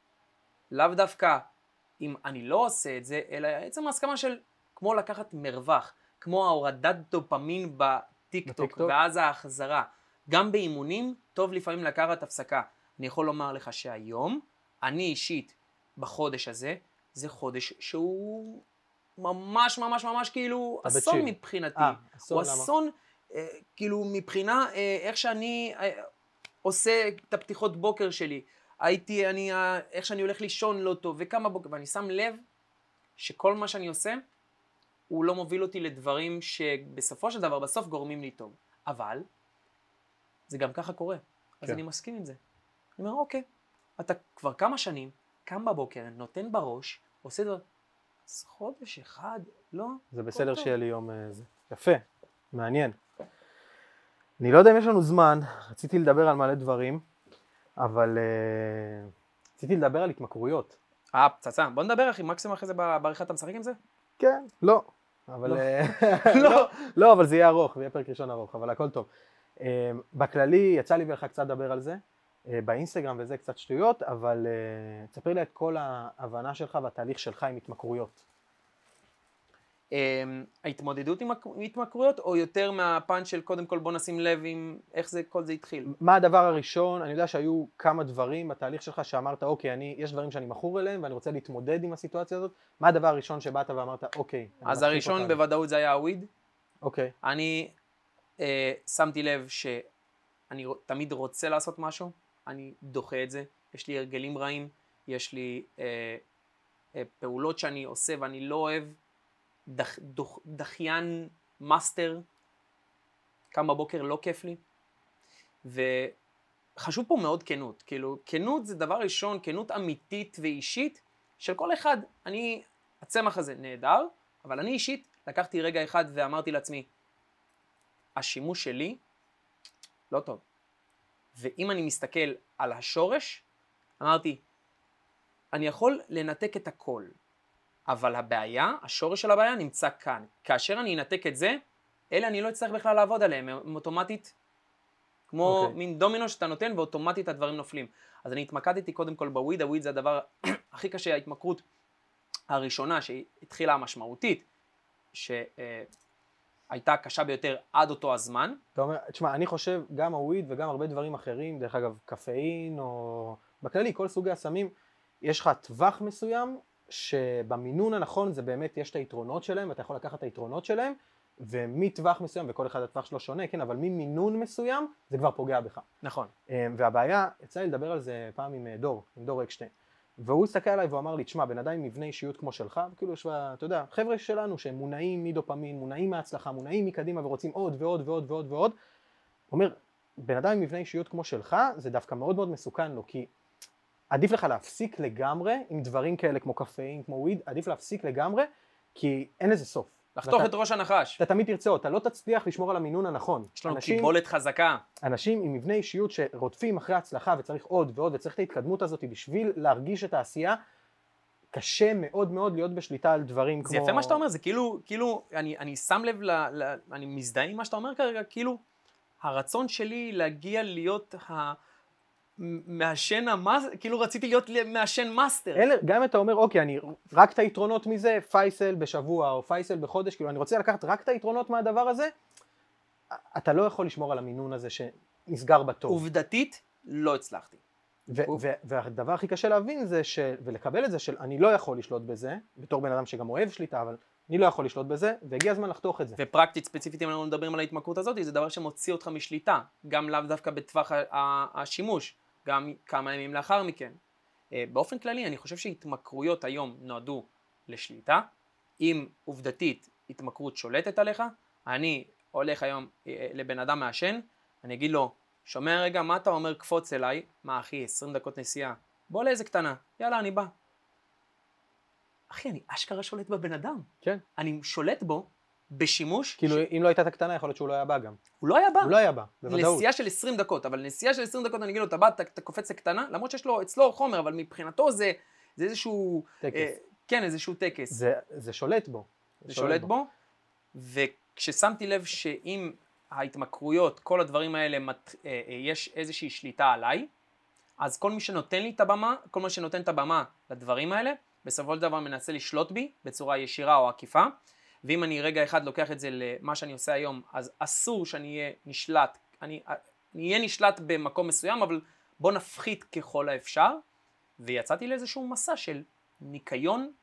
לאו דווקא אם אני לא עושה את זה, אלא עצם ההסכמה של כמו לקחת מרווח, כמו ההורדת דופמין בטיקטוק, ואז ההחזרה. גם באימונים, טוב לפעמים לקחת הפסקה. אני יכול לומר לך שהיום, אני אישית בחודש הזה, זה חודש שהוא ממש ממש ממש כאילו אסון בצ'יל. מבחינתי. 아, אסון, הוא למה? אסון אה, כאילו מבחינה אה, איך שאני אה, עושה את הפתיחות בוקר שלי. הייתי, אני, אה, איך שאני הולך לישון לא טוב, וכמה בוקר, ואני שם לב שכל מה שאני עושה, הוא לא מוביל אותי לדברים שבסופו של דבר, בסוף גורמים לי טוב. אבל, זה גם ככה קורה. אז כן. אני מסכים עם זה. אני אומר, אוקיי, אתה כבר כמה שנים, קם בבוקר, נותן בראש, עושה דבר, אז חודש אחד, לא? זה בסדר שיהיה לי יום זה. יפה, מעניין. אני לא יודע אם יש לנו זמן, רציתי לדבר על מלא דברים, אבל uh, רציתי לדבר על התמכרויות. אה, פצצה. בוא נדבר אחי, מקסימום אחרי זה בעריכה אתה משחק עם זה? כן, לא. אבל לא. לא, לא, אבל זה יהיה ארוך, ויהיה פרק ראשון ארוך, אבל הכל טוב. Uh, בכללי, יצא לי ולך קצת לדבר על זה, uh, באינסטגרם וזה קצת שטויות, אבל uh, תספר לי את כל ההבנה שלך והתהליך שלך עם התמכרויות. Um, ההתמודדות עם התמכרויות, או יותר מהפן של קודם כל בוא נשים לב עם איך זה, כל זה התחיל? מה הדבר הראשון? אני יודע שהיו כמה דברים בתהליך שלך שאמרת, אוקיי, אני, יש דברים שאני מכור אליהם ואני רוצה להתמודד עם הסיטואציה הזאת. מה הדבר הראשון שבאת ואמרת, אוקיי? אז הראשון בוודאות זה היה הוויד. אוקיי. אני uh, שמתי לב שאני תמיד רוצה לעשות משהו, אני דוחה את זה. יש לי הרגלים רעים, יש לי uh, uh, פעולות שאני עושה ואני לא אוהב. דח, דוח, דחיין מאסטר, קם בבוקר לא כיף לי, וחשוב פה מאוד כנות, כאילו כנות זה דבר ראשון, כנות אמיתית ואישית של כל אחד. אני, הצמח הזה נהדר, אבל אני אישית לקחתי רגע אחד ואמרתי לעצמי, השימוש שלי לא טוב. ואם אני מסתכל על השורש, אמרתי, אני יכול לנתק את הכל, אבל הבעיה, השורש של הבעיה נמצא כאן. כאשר אני אנתק את זה, אלה אני לא אצטרך בכלל לעבוד עליהם, הם אוטומטית, כמו okay. מין דומינו שאתה נותן ואוטומטית הדברים נופלים. אז אני התמקדתי קודם כל בוויד, הוויד זה הדבר הכי קשה, ההתמכרות הראשונה שהתחילה המשמעותית, שהייתה קשה ביותר עד אותו הזמן. אתה אומר, תשמע, אני חושב גם הוויד וגם הרבה דברים אחרים, דרך אגב קפאין או בכללי כל סוגי הסמים, יש לך טווח מסוים שבמינון הנכון זה באמת יש את היתרונות שלהם, ואתה יכול לקחת את היתרונות שלהם, ומטווח מסוים, וכל אחד הטווח שלו שונה, כן, אבל ממינון מסוים זה כבר פוגע בך. נכון. והבעיה, יצא לי לדבר על זה פעם עם דור, עם דור אקשטיין, והוא הסתכל עליי והוא אמר לי, תשמע, בן אדם עם מבנה אישיות כמו שלך, כאילו יש, אתה יודע, חבר'ה שלנו שהם מונעים מדופמין, מונעים מההצלחה, מונעים מקדימה ורוצים עוד ועוד ועוד ועוד ועוד, הוא אומר, בן אדם עם מבנה אישיות כמו שלך, זה דווקא מאוד מאוד מסוכן לו, כי עדיף לך להפסיק לגמרי עם דברים כאלה כמו קפאין, כמו וויד, עדיף להפסיק לגמרי, כי אין לזה סוף. לחתוך ואתה, את ראש הנחש. אתה תמיד תרצה, אתה לא תצליח לשמור על המינון הנכון. יש לנו קיבולת חזקה. אנשים עם מבנה אישיות שרודפים אחרי הצלחה וצריך עוד ועוד, וצריך את ההתקדמות הזאת בשביל להרגיש את העשייה, קשה מאוד מאוד להיות בשליטה על דברים זה כמו... זה יפה מה שאתה אומר, זה כאילו, כאילו אני, אני שם לב, ל, ל, אני מזדהה עם מה שאתה אומר כרגע, כאילו הרצון שלי להגיע להיות ה... מעשן המאס... כאילו רציתי להיות מעשן מאסטר. אלה, גם אם אתה אומר, אוקיי, אני רק את היתרונות מזה, פייסל בשבוע או פייסל בחודש, כאילו אני רוצה לקחת רק את היתרונות מהדבר הזה, אתה לא יכול לשמור על המינון הזה שנסגר בטוב. עובדתית, לא הצלחתי. ו- ו- והדבר הכי קשה להבין זה, ש- ולקבל את זה של אני לא יכול לשלוט בזה, בתור בן אדם שגם אוהב שליטה, אבל אני לא יכול לשלוט בזה, והגיע הזמן לחתוך את זה. ופרקטית, ספציפית, אם אנחנו מדברים על ההתמכרות הזאת, זה דבר שמוציא אותך משליטה, גם לאו דווקא בטווח השימוש. גם כמה ימים לאחר מכן. באופן כללי, אני חושב שהתמכרויות היום נועדו לשליטה. אם עובדתית התמכרות שולטת עליך, אני הולך היום לבן אדם מעשן, אני אגיד לו, שומע רגע, מה אתה אומר קפוץ אליי? מה אחי, עשרים דקות נסיעה. בוא לאיזה קטנה, יאללה, אני בא. אחי, אני אשכרה שולט בבן אדם. כן. אני שולט בו בשימוש... כאילו, ש... אם לא הייתה את הקטנה, יכול להיות שהוא לא היה בא גם. הוא לא היה בא. הוא לא היה בא, בוודאות. נסיעה של עשרים דקות, אבל נסיעה של עשרים דקות, אני אגיד לו, אתה בא, אתה, אתה קופץ לקטנה, למרות שיש לו אצלו חומר, אבל מבחינתו זה, זה איזשהו... טקס. אה, כן, איזשהו טקס. זה, זה שולט בו. זה שולט בו, וכששמתי לב שאם ההתמכרויות, כל הדברים האלה, מת, אה, אה, יש איזושהי שליטה עליי, אז כל מי שנותן לי את הבמה, כל מי שנותן את הבמה לדברים האלה, בסופו של דבר מנסה לשלוט בי, בצורה ישירה או עקיפה, ואם אני רגע אחד לוקח את זה למה שאני עושה היום, אז אסור שאני אהיה נשלט, אני אהיה נשלט במקום מסוים, אבל בוא נפחית ככל האפשר, ויצאתי לאיזשהו מסע של ניקיון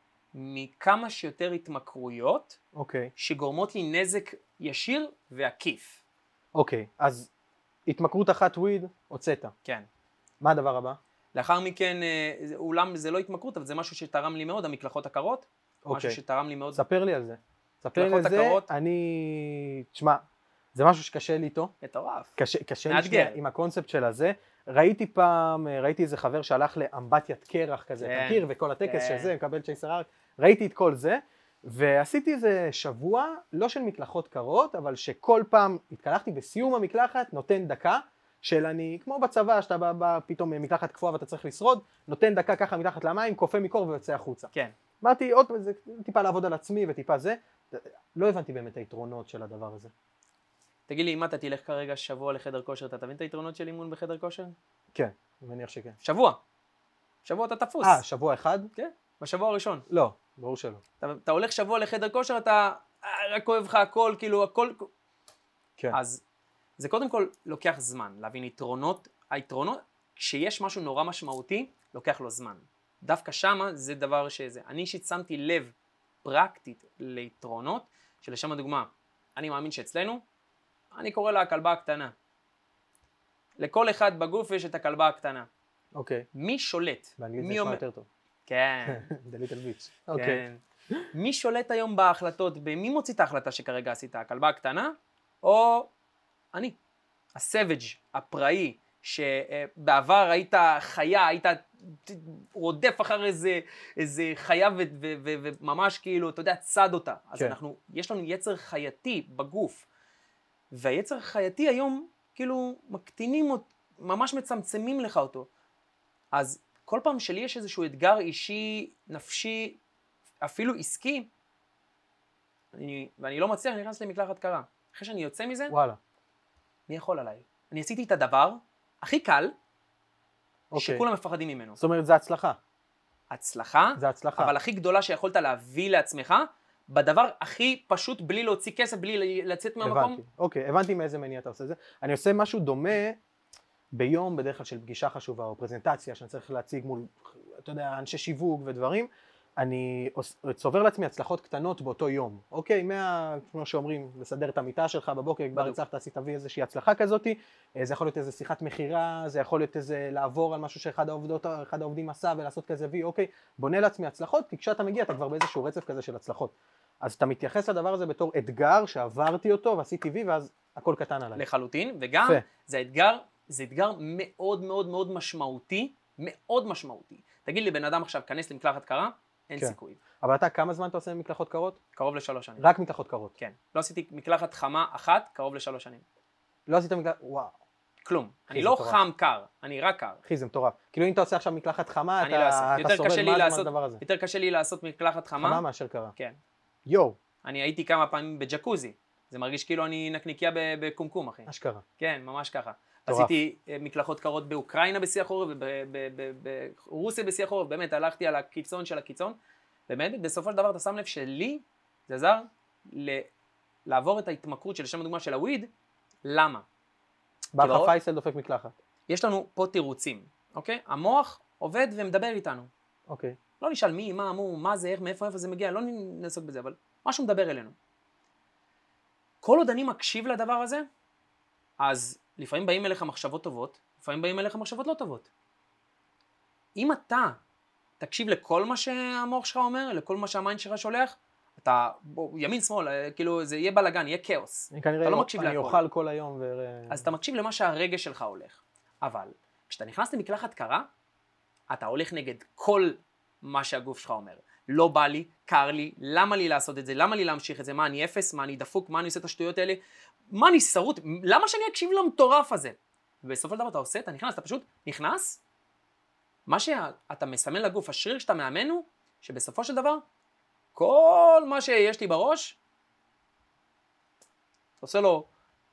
מכמה שיותר התמכרויות, אוקיי. שגורמות לי נזק ישיר ועקיף. אוקיי, אז התמכרות אחת וויד, הוצאת. כן. מה הדבר הבא? לאחר מכן, אולם זה לא התמכרות, אבל זה משהו שתרם לי מאוד, המקלחות הקרות. אוקיי. משהו שתרם לי מאוד. ספר לי על זה. ספר לי על זה, הקרות. אני... תשמע, זה משהו שקשה לי איתו. מטורף. קשה, קשה לי שנייה עם הקונספט של הזה. ראיתי פעם, ראיתי איזה חבר שהלך לאמבטיית קרח כזה, כן. תכיר, וכל הטקס כן. שזה, מקבל צ'ייסר ארק. ראיתי את כל זה, ועשיתי איזה שבוע, לא של מקלחות קרות, אבל שכל פעם התקלחתי בסיום המקלחת, נותן דקה, של אני, כמו בצבא, שאתה בא, בא פתאום מקלחת קפואה ואתה צריך לשרוד, נותן דקה ככה מתחת למים, קופא מקור ויוצא החוצה. כן. אמרתי, עוד זה טיפה לעבוד על עצמי וטיפה זה, לא הבנתי באמת היתרונות של הדבר הזה. תגיד לי, אם אתה תלך כרגע שבוע לחדר כושר, אתה תבין את היתרונות של אימון בחדר כושר? כן, אני מניח שכן. שבוע. שבוע אתה תפוס. אה, שבוע אחד? כן, בשבוע הראשון. לא, ברור שלא. אתה, אתה הולך שבוע לחדר כושר, אתה רק אוהב לך הכל, כאילו הכל... כן. אז זה קודם כל לוקח זמן, להבין יתרונות. היתרונות, כשיש משהו נורא משמעותי, לוקח לו זמן. דווקא שמה זה דבר שזה. אני אישית שמתי לב פרקטית ליתרונות, שלשם הדוגמה, אני מאמין שאצלנו, אני קורא לה הכלבה הקטנה. לכל אחד בגוף יש את הכלבה הקטנה. אוקיי. מי שולט? באנגלית זה נשמע אומר... יותר טוב. כן. The little bitch. אוקיי. כן. מי שולט היום בהחלטות? במי מוציא את ההחלטה שכרגע עשית? הכלבה הקטנה? או אני? הסוויג' הפראי, שבעבר היית חיה, היית רודף אחר איזה, איזה חיה ו- ו- ו- וממש כאילו, אתה יודע, צד אותה. אז כן. אנחנו, יש לנו יצר חייתי בגוף. והיצר החייתי היום כאילו מקטינים, ממש מצמצמים לך אותו. אז כל פעם שלי יש איזשהו אתגר אישי, נפשי, אפילו עסקי, אני, ואני לא מצליח, אני נכנס למקלחת קרה. אחרי שאני יוצא מזה, וואלה. אני יכול עליי. אני עשיתי את הדבר הכי קל, אוקיי. שכולם מפחדים ממנו. זאת אומרת, זה הצלחה. הצלחה, זה הצלחה. אבל הכי גדולה שיכולת להביא לעצמך, בדבר הכי פשוט, בלי להוציא כסף, בלי לצאת מהמקום. הבנתי. אוקיי, הבנתי מאיזה מניע אתה עושה את זה. אני עושה משהו דומה ביום, בדרך כלל של פגישה חשובה, או פרזנטציה, שאני צריך להציג מול, אתה יודע, אנשי שיווק ודברים. אני צובר לעצמי הצלחות קטנות באותו יום. אוקיי, מה, כמו שאומרים, לסדר את המיטה שלך בבוקר, כבר הצלחת, עשית תביא איזושהי הצלחה כזאת, זה יכול להיות איזה שיחת מחירה, זה יכול להיות איזה לעבור על משהו שאחד העובדות, אחד העובדים עשה ולעשות כזה וי, אוקיי, בונה לעצמי הצלחות, כי כשאתה מגיע אתה כבר באיזשהו רצף כזה של הצלחות. אז אתה מתייחס לדבר הזה בתור אתגר שעברתי אותו ועשיתי וי, ואז הכל קטן עליי. לחלוטין, וגם פה. זה אתגר, זה אתגר מאוד מאוד מאוד משמעותי, מאוד משמעותי. תגיד לי, בן אדם עכשיו, כנס למקלחת קרה, אין כן. סיכוי. אבל אתה, כמה זמן אתה עושה מקלחות קרות? קרוב לשלוש שנים. רק מקלחות קרות. כן. לא עשיתי מקלחת חמה אחת, קרוב לשלוש שנים. לא עשית מקלחת, וואו. כלום. אני זה לא מטורף. חם קר, אני רק קר. אחי, זה מטורף. כאילו אם אתה עושה עכשיו מקלחת חמה, אני לא אתה, אעשה. אתה יותר שורד קשה לי מה זה לעשות, הדבר הזה. יותר קשה לי לעשות מקלחת חמה. חמה מאשר קרה. כן. יואו, אני הייתי כמה פעמים בג'קוזי. זה מרגיש כאילו אני נקניקיה ב- בקומקום, אחי. אשכרה. כן, ממש ככה. מטורף. עשיתי אה, מקלחות קרות באוקראינה בשיא החורף, וברוסיה בשיא החורף, באמת הלכתי על הקיצון של הקיצון. באמת, בסופו של דבר אתה שם לב שלי זה עזר ל- לעבור את ההתמכרות של, לשם הדוגמה של הוויד. למה? בא כאילו, לך פייסל דופק מקלחת. יש לנו פה תירוצים, אוקיי? המוח עובד ומדבר איתנו. אוקיי. לא נשאל מי, מה, מו, מה זה, איך, מאיפה, איפה זה מגיע, לא נעסוק בזה, אבל משהו מדבר אלינו. כל עוד אני מקשיב לדבר הזה, אז לפעמים באים אליך מחשבות טובות, לפעמים באים אליך מחשבות לא טובות. אם אתה תקשיב לכל מה שהמוח שלך אומר, לכל מה שהמיינד שלך שולח, אתה, בוא, ימין, שמאל, כאילו זה יהיה בלגן, יהיה כאוס. אני כנראה אתה לא לא- מקשיב אני להכל. אוכל כל היום ו... אז אתה מקשיב למה שהרגש שלך הולך. אבל כשאתה נכנס למקלחת קרה, אתה הולך נגד כל מה שהגוף שלך אומר. לא בא לי, קר לי, למה לי לעשות את זה, למה לי להמשיך את זה, מה אני אפס, מה אני דפוק, מה אני עושה את השטויות האלה, מה אני שרוט, למה שאני אקשיב למטורף הזה? ובסופו של דבר אתה עושה, אתה נכנס, אתה פשוט נכנס, מה שאתה מסמן לגוף, השריר שאתה מאמן הוא, שבסופו של דבר, כל מה שיש לי בראש, אתה עושה לו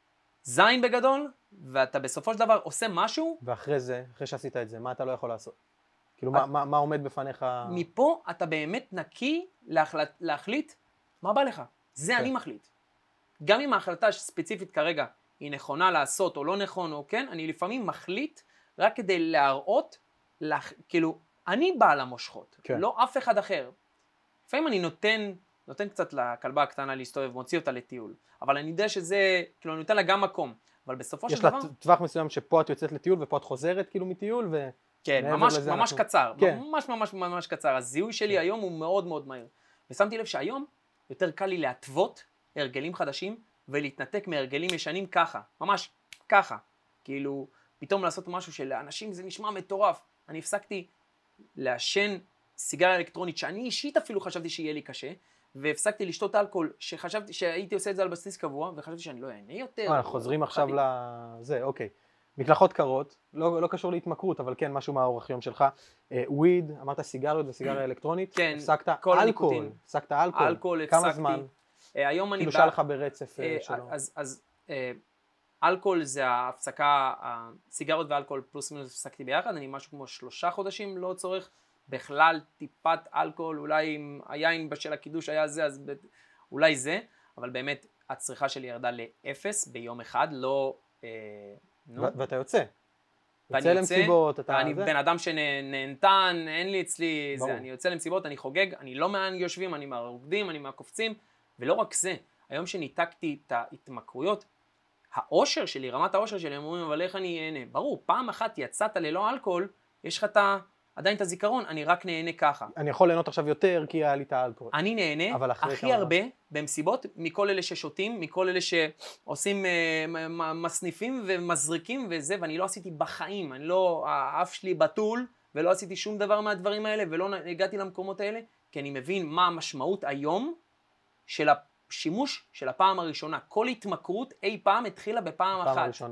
זין בגדול, ואתה בסופו של דבר עושה משהו. ואחרי זה, אחרי שעשית את זה, מה אתה לא יכול לעשות? כאילו, מה, מה, מה עומד בפניך? מפה אתה באמת נקי להחלט, להחליט מה בא לך. זה כן. אני מחליט. גם אם ההחלטה ספציפית כרגע היא נכונה לעשות או לא נכון או כן, אני לפעמים מחליט רק כדי להראות, לח... כאילו, אני בעל המושכות, כן. לא אף אחד אחר. לפעמים אני נותן, נותן קצת לכלבה הקטנה להסתובב, מוציא אותה לטיול, אבל אני יודע שזה, כאילו, אני נותן לה גם מקום, אבל בסופו של יש לה דבר... טווח מסוים שפה את יוצאת לטיול ופה את חוזרת כאילו מטיול ו... כן, מעבר ממש, לזה ממש אנחנו- קצר, כן. ממש ממש ממש קצר. הזיהוי שלי כן. היום הוא מאוד מאוד מהיר. ושמתי לב שהיום יותר קל לי להתוות הרגלים חדשים ולהתנתק מהרגלים ישנים ככה, ממש ככה. כאילו, פתאום לעשות משהו שלאנשים זה נשמע מטורף. אני הפסקתי לעשן סיגריה אלקטרונית שאני אישית אפילו חשבתי שיהיה לי קשה, והפסקתי לשתות אלכוהול שחשבתי שהייתי עושה את זה על בסיס קבוע, וחשבתי שאני לא אענה יותר. אה, חוזרים עכשיו לזה, אוקיי. מקלחות קרות, לא, לא קשור להתמכרות, אבל כן, משהו מהאורח יום שלך. אה, וויד, אמרת סיגריות וסיגריה אלקטרונית. כן, הפסקת כל אלכוהול. הניקוטין. הפסקת אלכוהול. אלכוהול כמה הפסקתי. זמן? אה, היום אני כאילו בא- שהיה לך ברצף אה, אה, שלו. אז, אז אה, אלכוהול זה ההפסקה, הסיגרות ואלכוהול פלוס מינוס הפסקתי ביחד, אני משהו כמו שלושה חודשים לא צורך בכלל טיפת אלכוהול, אולי אם היין של הקידוש היה זה, אז ב- אולי זה, אבל באמת הצריכה שלי ירדה לאפס ביום אחד, לא... אה, נו. ו- ואתה יוצא. ואני יוצא יוצא, למסיבות, אתה... אני זה? בן אדם שנהנתן, אין לי אצלי, ברור. זה, אני יוצא למסיבות, אני חוגג, אני לא מהיושבים, אני מהרוקדים, אני מהקופצים, ולא רק זה, היום שניתקתי את ההתמכרויות, האושר שלי, רמת האושר שלי, הם אומרים, אבל איך אני אהנה? ברור, פעם אחת יצאת ללא אלכוהול, יש לך את ה- עדיין את הזיכרון, אני רק נהנה ככה. אני יכול ליהנות עכשיו יותר כי היה לי את האלכוהול. אני נהנה אבל אחרי הכי כמה הרבה במסיבות מכל אלה ששותים, מכל אלה שעושים אה, מ- מ- מסניפים ומזריקים וזה, ואני לא עשיתי בחיים, אני לא, האף שלי בטול, ולא עשיתי שום דבר מהדברים האלה, ולא הגעתי למקומות האלה, כי אני מבין מה המשמעות היום של השימוש של הפעם הראשונה. כל התמכרות אי פעם התחילה בפעם פעם אחת. הראשונה.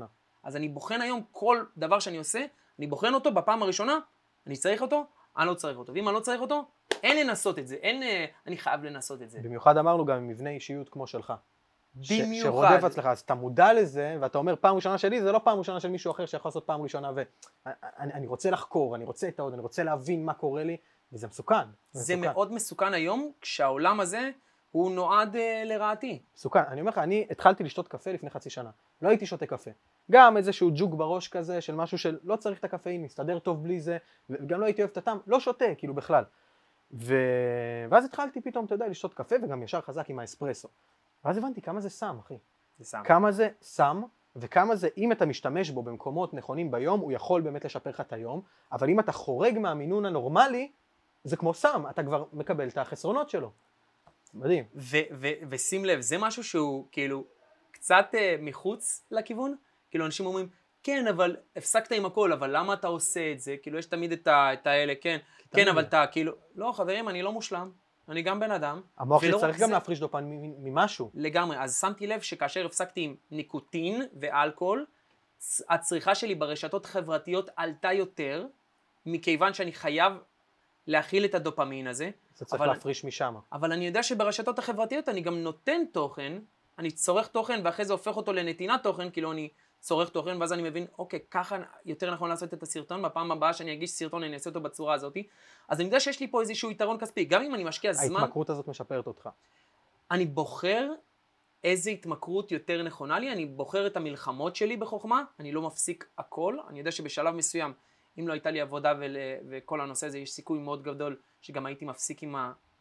אז אני בוחן היום כל דבר שאני עושה, אני בוחן אותו בפעם הראשונה, אני צריך אותו, אני לא צריך אותו. ואם אני לא צריך אותו, אין לנסות את זה, אין, אני חייב לנסות את זה. במיוחד אמרנו גם עם מבנה אישיות כמו שלך. במיוחד. ש- שרודף אצלך, אז אתה מודע לזה, ואתה אומר פעם ראשונה שלי, זה לא פעם ראשונה של מישהו אחר שיכול לעשות פעם ראשונה, ואני אני רוצה לחקור, אני רוצה את העוד, אני רוצה להבין מה קורה לי, וזה מסוכן. זה, זה מסוכן. מאוד מסוכן היום, כשהעולם הזה הוא נועד uh, לרעתי. מסוכן. אני אומר לך, אני התחלתי לשתות קפה לפני חצי שנה. לא הייתי שותה קפה. גם איזשהו ג'וק בראש כזה, של משהו של לא צריך את הקפאין, מסתדר טוב בלי זה, וגם לא הייתי אוהב את הטעם, לא שותה, כאילו בכלל. ו... ואז התחלתי פתאום, אתה יודע, לשתות קפה, וגם ישר חזק עם האספרסו. ואז הבנתי כמה זה סם, אחי. זה סם. כמה זה סם, וכמה זה, אם אתה משתמש בו במקומות נכונים ביום, הוא יכול באמת לשפר לך את היום, אבל אם אתה חורג מהמינון הנורמלי, זה כמו סם, אתה כבר מקבל את החסרונות שלו. מדהים. ו- ו- ושים לב, זה משהו שהוא כאילו קצת uh, מחוץ לכיוון, כאילו אנשים אומרים, כן, אבל הפסקת עם הכל, אבל למה אתה עושה את זה? כאילו יש תמיד את, ה- את האלה, כן, כן, אבל אתה כאילו, לא חברים, אני לא מושלם, אני גם בן אדם. המוח שצריך גם להפריש דופמין ממשהו. לגמרי, אז שמתי לב שכאשר הפסקתי עם ניקוטין ואלכוהול, הצריכה שלי ברשתות חברתיות עלתה יותר, מכיוון שאני חייב להכיל את הדופמין הזה. זה צריך להפריש משם. אבל אני יודע שברשתות החברתיות אני גם נותן תוכן, אני צורך תוכן ואחרי זה הופך אותו לנתינת תוכן, כאילו אני צורך תוכן ואז אני מבין, אוקיי, ככה יותר נכון לעשות את הסרטון, בפעם הבאה שאני אגיש סרטון אני אעשה אותו בצורה הזאת, אז אני יודע שיש לי פה איזשהו יתרון כספי, גם אם אני משקיע זמן... ההתמכרות הזאת משפרת אותך. אני בוחר איזה התמכרות יותר נכונה לי, אני בוחר את המלחמות שלי בחוכמה, אני לא מפסיק הכל, אני יודע שבשלב מסוים, אם לא הייתה לי עבודה ול, וכל הנושא הזה, יש סיכוי מאוד גדול שגם הייתי מפסיק עם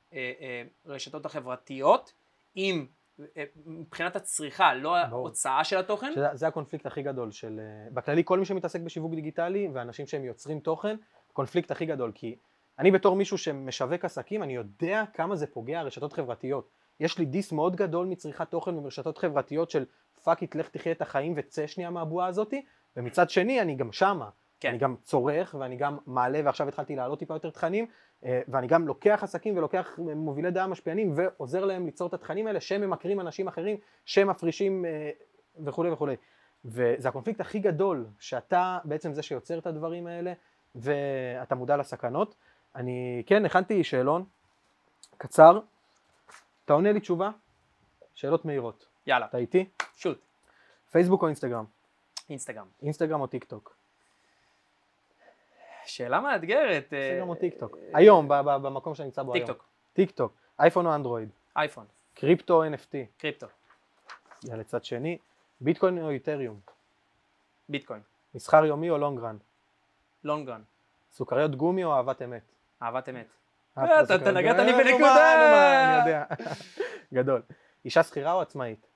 הרשתות החברתיות, עם, מבחינת הצריכה, לא ההוצאה של התוכן. שזה, זה הקונפליקט הכי גדול של, בכללי כל מי שמתעסק בשיווק דיגיטלי, ואנשים שהם יוצרים תוכן, קונפליקט הכי גדול, כי אני בתור מישהו שמשווק עסקים, אני יודע כמה זה פוגע רשתות חברתיות. יש לי דיס מאוד גדול מצריכת תוכן מרשתות חברתיות של פאק איט, לך תחיה את החיים וצא שנייה מהבועה הזאת, ומצד שני אני גם שמה. כן. אני גם צורך ואני גם מעלה, ועכשיו התחלתי לעלות טיפה יותר תכנים, ואני גם לוקח עסקים ולוקח מובילי דעה משפיענים ועוזר להם ליצור את התכנים האלה שממכרים אנשים אחרים, שמפרישים וכו' וכו'. וזה הקונפליקט הכי גדול, שאתה בעצם זה שיוצר את הדברים האלה, ואתה מודע לסכנות. אני כן, הכנתי שאלון קצר, אתה עונה לי תשובה? שאלות מהירות. יאללה. אתה איתי? שוט. פייסבוק או אינסטגרם? אינסטגרם. אינסטגרם או טיק טוק? שאלה מאתגרת. אינסטגרם או טיק טוק? היום, במקום שאני נמצא בו היום. טיק טוק. טיק טוק. אייפון או אנדרואיד? אייפון. קריפטו או אן אף טי? קריפטו. יאללה, צד שני. ביטקוין או איתריום? ביטקוין. מסחר יומי או לונגרן? לונגרן. סוכריות גומי או אהבת אמת? אהבת אמת. אתה נגעת לי בנקודה. אני יודע. גדול. אישה שכירה או עצמאית?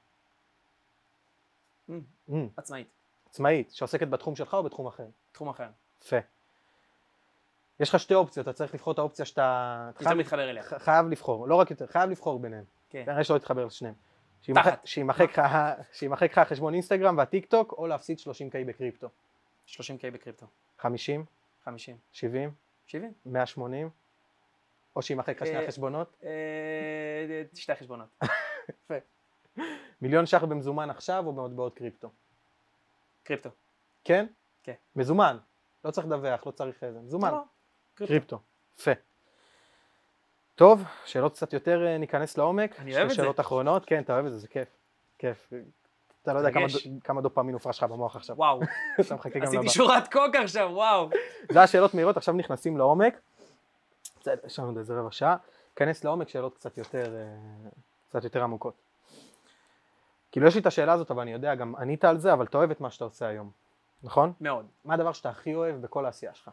עצמאית. עצמאית, שעוסקת בתחום שלך או בתחום אחר? תחום אחר. יפה. יש לך שתי אופציות, אתה צריך לבחור את האופציה שאתה... יותר מתחבר אליה. חייב לבחור, לא רק יותר, חייב לבחור ביניהם. כן. כנראה שלא תתחבר לשניהם. תחת. שימחק לך חשבון אינסטגרם והטיק טוק, או להפסיד שלושים קיי בקריפטו. שלושים קיי בקריפטו. חמישים? חמישים. שבעים? שבעים. מאה שמונים? או שימחק לך שני החשבונות? שתי החשבונות. יפה. מיליון שח במזומן עכשיו או במטבעות קריפטו? קריפטו. כן? כן. מזומן. לא צריך לדווח, לא צריך איזה. מזומן. קריפטו. יפה. טוב, שאלות קצת יותר ניכנס לעומק. אני אוהב את זה. שאלות אחרונות, כן, אתה אוהב את זה, זה כיף. כיף. אתה לא יודע כמה, כמה דופמין הופרש לך במוח עכשיו. וואו. אתה מחכה גם לבא. עשיתי שורת קוק עכשיו, וואו. זה השאלות מהירות, עכשיו נכנסים לעומק. יש לנו איזה רבע שעה. כנס לעומק, שאלות קצת יותר, קצת יותר עמוקות. כאילו יש לי את השאלה הזאת, אבל אני יודע, גם ענית על זה, אבל אתה אוהב את מה שאתה עושה היום. נכון? מאוד. מה הדבר שאתה הכי אוהב בכל העשייה שלך?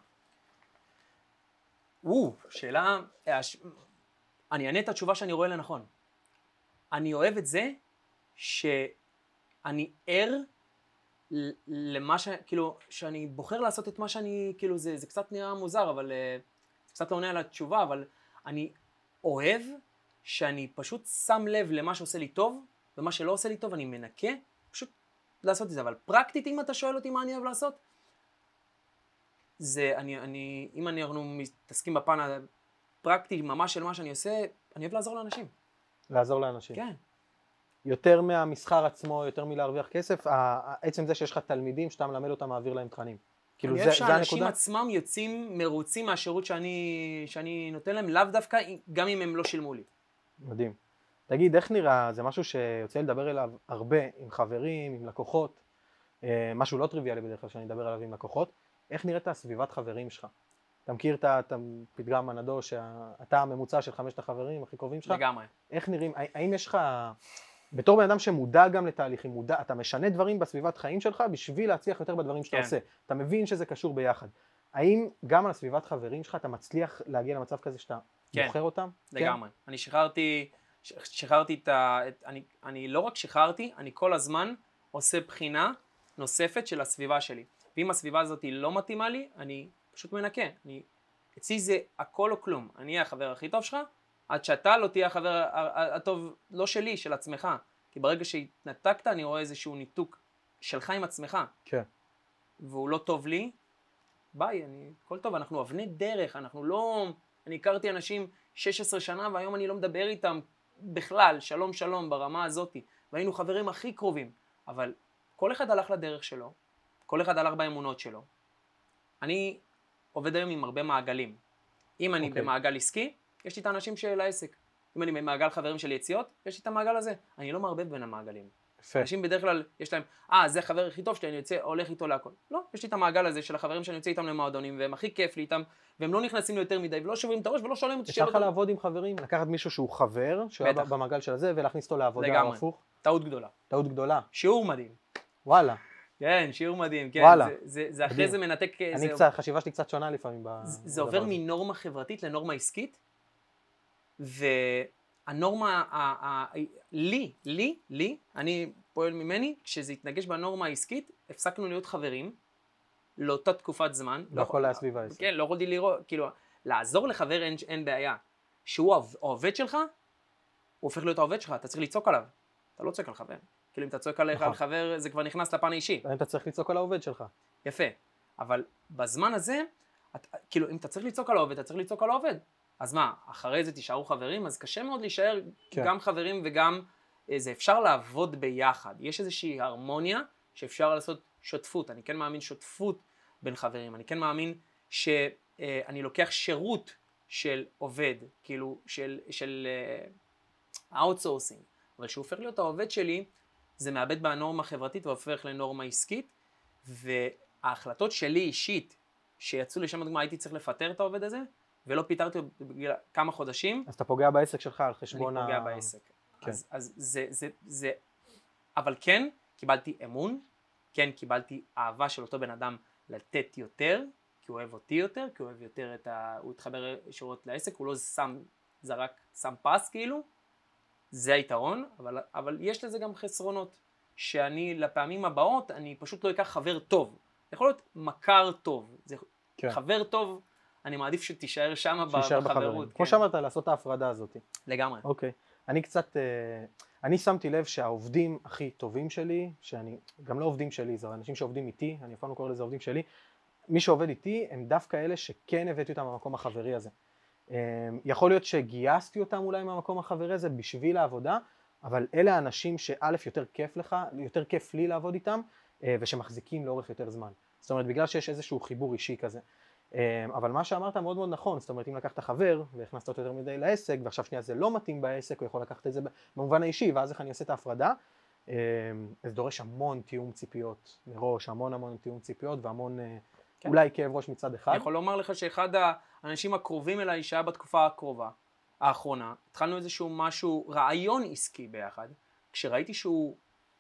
או, שאלה, אני אענה את התשובה שאני רואה לנכון. אני אוהב את זה שאני ער למה ש... כאילו, שאני בוחר לעשות את מה שאני, כאילו, זה, זה קצת נראה מוזר, אבל זה קצת לא עונה על התשובה, אבל אני אוהב שאני פשוט שם לב למה שעושה לי טוב, ומה שלא עושה לי טוב אני מנקה, פשוט לעשות את זה. אבל פרקטית, אם אתה שואל אותי מה אני אוהב לעשות, זה, אני, אני, אם אנחנו מתעסקים בפן הפרקטי ממש של מה שאני עושה, אני אוהב לעזור לאנשים. לעזור לאנשים. כן. יותר מהמסחר עצמו, יותר מלהרוויח כסף, עצם זה שיש לך תלמידים שאתה מלמד אותם מעביר להם תכנים. כאילו, אני זה, אוהב זה הנקודה? שהאנשים עצמם יוצאים מרוצים מהשירות שאני, שאני נותן להם, לאו דווקא גם אם הם לא שילמו לי. מדהים. תגיד, איך נראה, זה משהו שיוצא לדבר אליו הרבה עם חברים, עם לקוחות, משהו לא טריוויאלי בדרך כלל שאני אדבר עליו עם לקוחות, איך נראית הסביבת חברים שלך? אתה מכיר את הפתגם הנדו שאתה הממוצע של חמשת החברים הכי קרובים שלך? לגמרי. איך נראים, האם יש לך, בתור בן אדם שמודע גם לתהליכים, מודע, אתה משנה דברים בסביבת חיים שלך בשביל להצליח יותר בדברים שאתה כן. עושה, אתה מבין שזה קשור ביחד. האם גם על הסביבת חברים שלך אתה מצליח להגיע למצב כזה שאתה כן. בוחר אותם? לגמרי. כן? אני שחררתי, שחררתי את ה... את, אני, אני לא רק שחררתי, אני כל הזמן עושה בחינה נוספת של הסביבה שלי. ואם הסביבה הזאת לא מתאימה לי, אני פשוט מנקה. אני, אצלי זה הכל או כלום. אני אהיה החבר הכי טוב שלך, עד שאתה לא תהיה החבר הטוב, לא שלי, של עצמך. כי ברגע שהתנתקת, אני רואה איזשהו ניתוק שלך עם עצמך. כן. והוא לא טוב לי, ביי, אני, הכל טוב, אנחנו אבני דרך, אנחנו לא... אני הכרתי אנשים שש עשרה שנה, והיום אני לא מדבר איתם בכלל, שלום שלום, ברמה הזאת. והיינו חברים הכי קרובים. אבל כל אחד הלך לדרך שלו, כל אחד הלך באמונות שלו. אני עובד היום עם הרבה מעגלים. אם אני okay. במעגל עסקי, יש לי את האנשים של העסק. אם אני במעגל חברים של יציאות, יש לי את המעגל הזה. אני לא מערבב בין המעגלים. יפה. אנשים בדרך כלל, יש להם, אה, זה חבר הכי טוב שלי, אני יוצא, הולך איתו להכל. לא, יש לי את המעגל הזה של החברים שאני יוצא איתם למועדונים, והם הכי כיף לי איתם, והם לא נכנסים לי יותר מדי, ולא שוברים את הראש, ולא שואלים אותי שאלות. אפשר לך לעבוד עם חברים, לקחת מישהו שהוא חבר, שהוא היה במעגל של הזה, ולהכניס אותו לעבודה או הפוך? טעות גדולה. טעות גדולה. שיעור מדהים. וואלה. כן, שיעור מדהים, כן. וואלה. זה, זה, זה אחרי זה מנתק... אני זה... קצת, חשיבה שלי קצת שונה לפעמים. זה, זה עובר מנורמה חברתית לנורמה עסקית, והנורמה, ה, ה, ה, לי, לי, לי, אני פועל ממני, כשזה התנגש בנורמה העסקית, הפסקנו להיות חברים, לאותה תקופת זמן. לא הכל היה סביב העסק. כן, לא יכולתי לראות, כאילו, לעזור לחבר אין, אין בעיה. שהוא העובד שלך, הוא הופך להיות העובד שלך, אתה צריך לצעוק עליו. אתה לא צועק על חבר. כאילו אם אתה צועק עליך על חבר, זה כבר נכנס לפן האישי. אתה צריך לצעוק על העובד שלך. יפה. אבל בזמן הזה, את, כאילו אם אתה צריך לצעוק על העובד, אתה צריך לצעוק על העובד. אז מה, אחרי זה תישארו חברים? אז קשה מאוד להישאר כן. גם חברים וגם, זה אפשר לעבוד ביחד. יש איזושהי הרמוניה שאפשר לעשות שותפות. אני כן מאמין שותפות בין חברים. אני כן מאמין שאני לוקח שירות של עובד, כאילו של, של uh, outsourcing. אבל שהוא הופך להיות העובד שלי, זה מאבד בנורמה חברתית והופך לנורמה עסקית, וההחלטות שלי אישית, שיצאו לשם הדוגמה, הייתי צריך לפטר את העובד הזה, ולא פיטרתי בגלל כמה חודשים. אז אתה פוגע בעסק שלך על חשבון ה... אני פוגע בעסק. כן. אז, אז זה, זה, זה... אבל כן, קיבלתי אמון, כן, קיבלתי אהבה של אותו בן אדם לתת יותר, כי הוא אוהב אותי יותר, כי הוא אוהב יותר את ה... הוא התחבר ישירות לעסק, הוא לא שם, זרק, שם פס כאילו, זה היתרון, אבל, אבל יש לזה גם חסרונות, שאני לפעמים הבאות, אני פשוט לא אקח חבר טוב. יכול להיות מכר טוב, זה כן. חבר טוב, אני מעדיף שתישאר שם בחברות. כן. כמו שאמרת, לעשות את ההפרדה הזאת. לגמרי. אוקיי. אני קצת, אני שמתי לב שהעובדים הכי טובים שלי, שאני, גם לא עובדים שלי, זה אנשים שעובדים איתי, אני אפילו לא קורא לזה עובדים שלי, מי שעובד איתי הם דווקא אלה שכן הבאתי אותם במקום החברי הזה. יכול להיות שגייסתי אותם אולי מהמקום החברי הזה בשביל העבודה, אבל אלה האנשים שא' יותר כיף לך, יותר כיף לי לעבוד איתם, ושמחזיקים לאורך יותר זמן. זאת אומרת, בגלל שיש איזשהו חיבור אישי כזה. אבל מה שאמרת מאוד מאוד נכון, זאת אומרת, אם לקחת חבר והכנסת אותו יותר מדי לעסק, ועכשיו שנייה זה לא מתאים בעסק, הוא יכול לקחת את זה במובן האישי, ואז איך אני עושה את ההפרדה, זה דורש המון תיאום ציפיות מראש, המון המון תיאום ציפיות, והמון כן. אולי כאב ראש מצד אחד. אני יכול לומר לך שאחד האנשים הקרובים אליי שהיה בתקופה הקרובה, האחרונה, התחלנו איזשהו משהו, רעיון עסקי ביחד, כשראיתי שהוא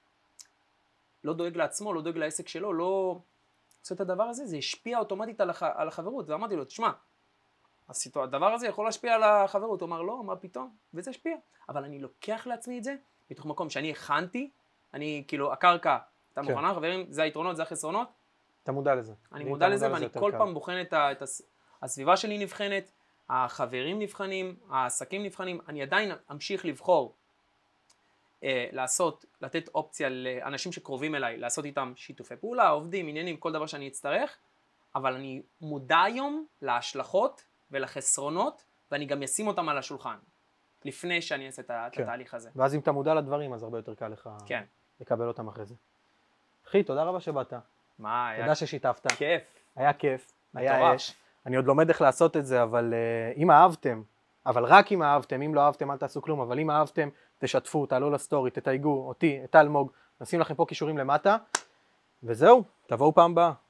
לא דואג לעצמו, לא דואג לעסק שלו, לא עושה את הדבר הזה, זה השפיע אוטומטית על, הח... על החברות, ואמרתי לו, תשמע, הסיטואר... הדבר הזה יכול להשפיע על החברות, הוא אמר, לא, מה פתאום, וזה השפיע, אבל אני לוקח לעצמי את זה, מתוך מקום שאני הכנתי, אני כאילו, הקרקע, אתה כן. מוכנה, חברים, זה היתרונות, זה החסרונות, אתה מודע לזה. אני מודע לזה, ואני כל קל. פעם בוחן את, ה... את הס... הסביבה שלי נבחנת, החברים נבחנים, העסקים נבחנים, אני עדיין אמשיך לבחור אה, לעשות, לתת אופציה לאנשים שקרובים אליי, לעשות איתם שיתופי פעולה, עובדים, עניינים, כל דבר שאני אצטרך, אבל אני מודע היום להשלכות ולחסרונות, ואני גם אשים אותם על השולחן. לפני שאני אעשה את כן. התהליך הזה. ואז אם אתה מודע לדברים, אז הרבה יותר קל לך כן. לקבל אותם אחרי זה. אחי, תודה רבה שבאת. מה, היה תודה ששיתפת. כיף. היה כיף. היה מטורף. אש. אני עוד לומד איך לעשות את זה, אבל uh, אם אהבתם, אבל רק אם אהבתם, אם לא אהבתם אל תעשו כלום, אבל אם אהבתם, תשתפו, תעלו לסטורי, תתייגו אותי, את אלמוג, נשים לכם פה קישורים למטה, וזהו, תבואו פעם הבאה.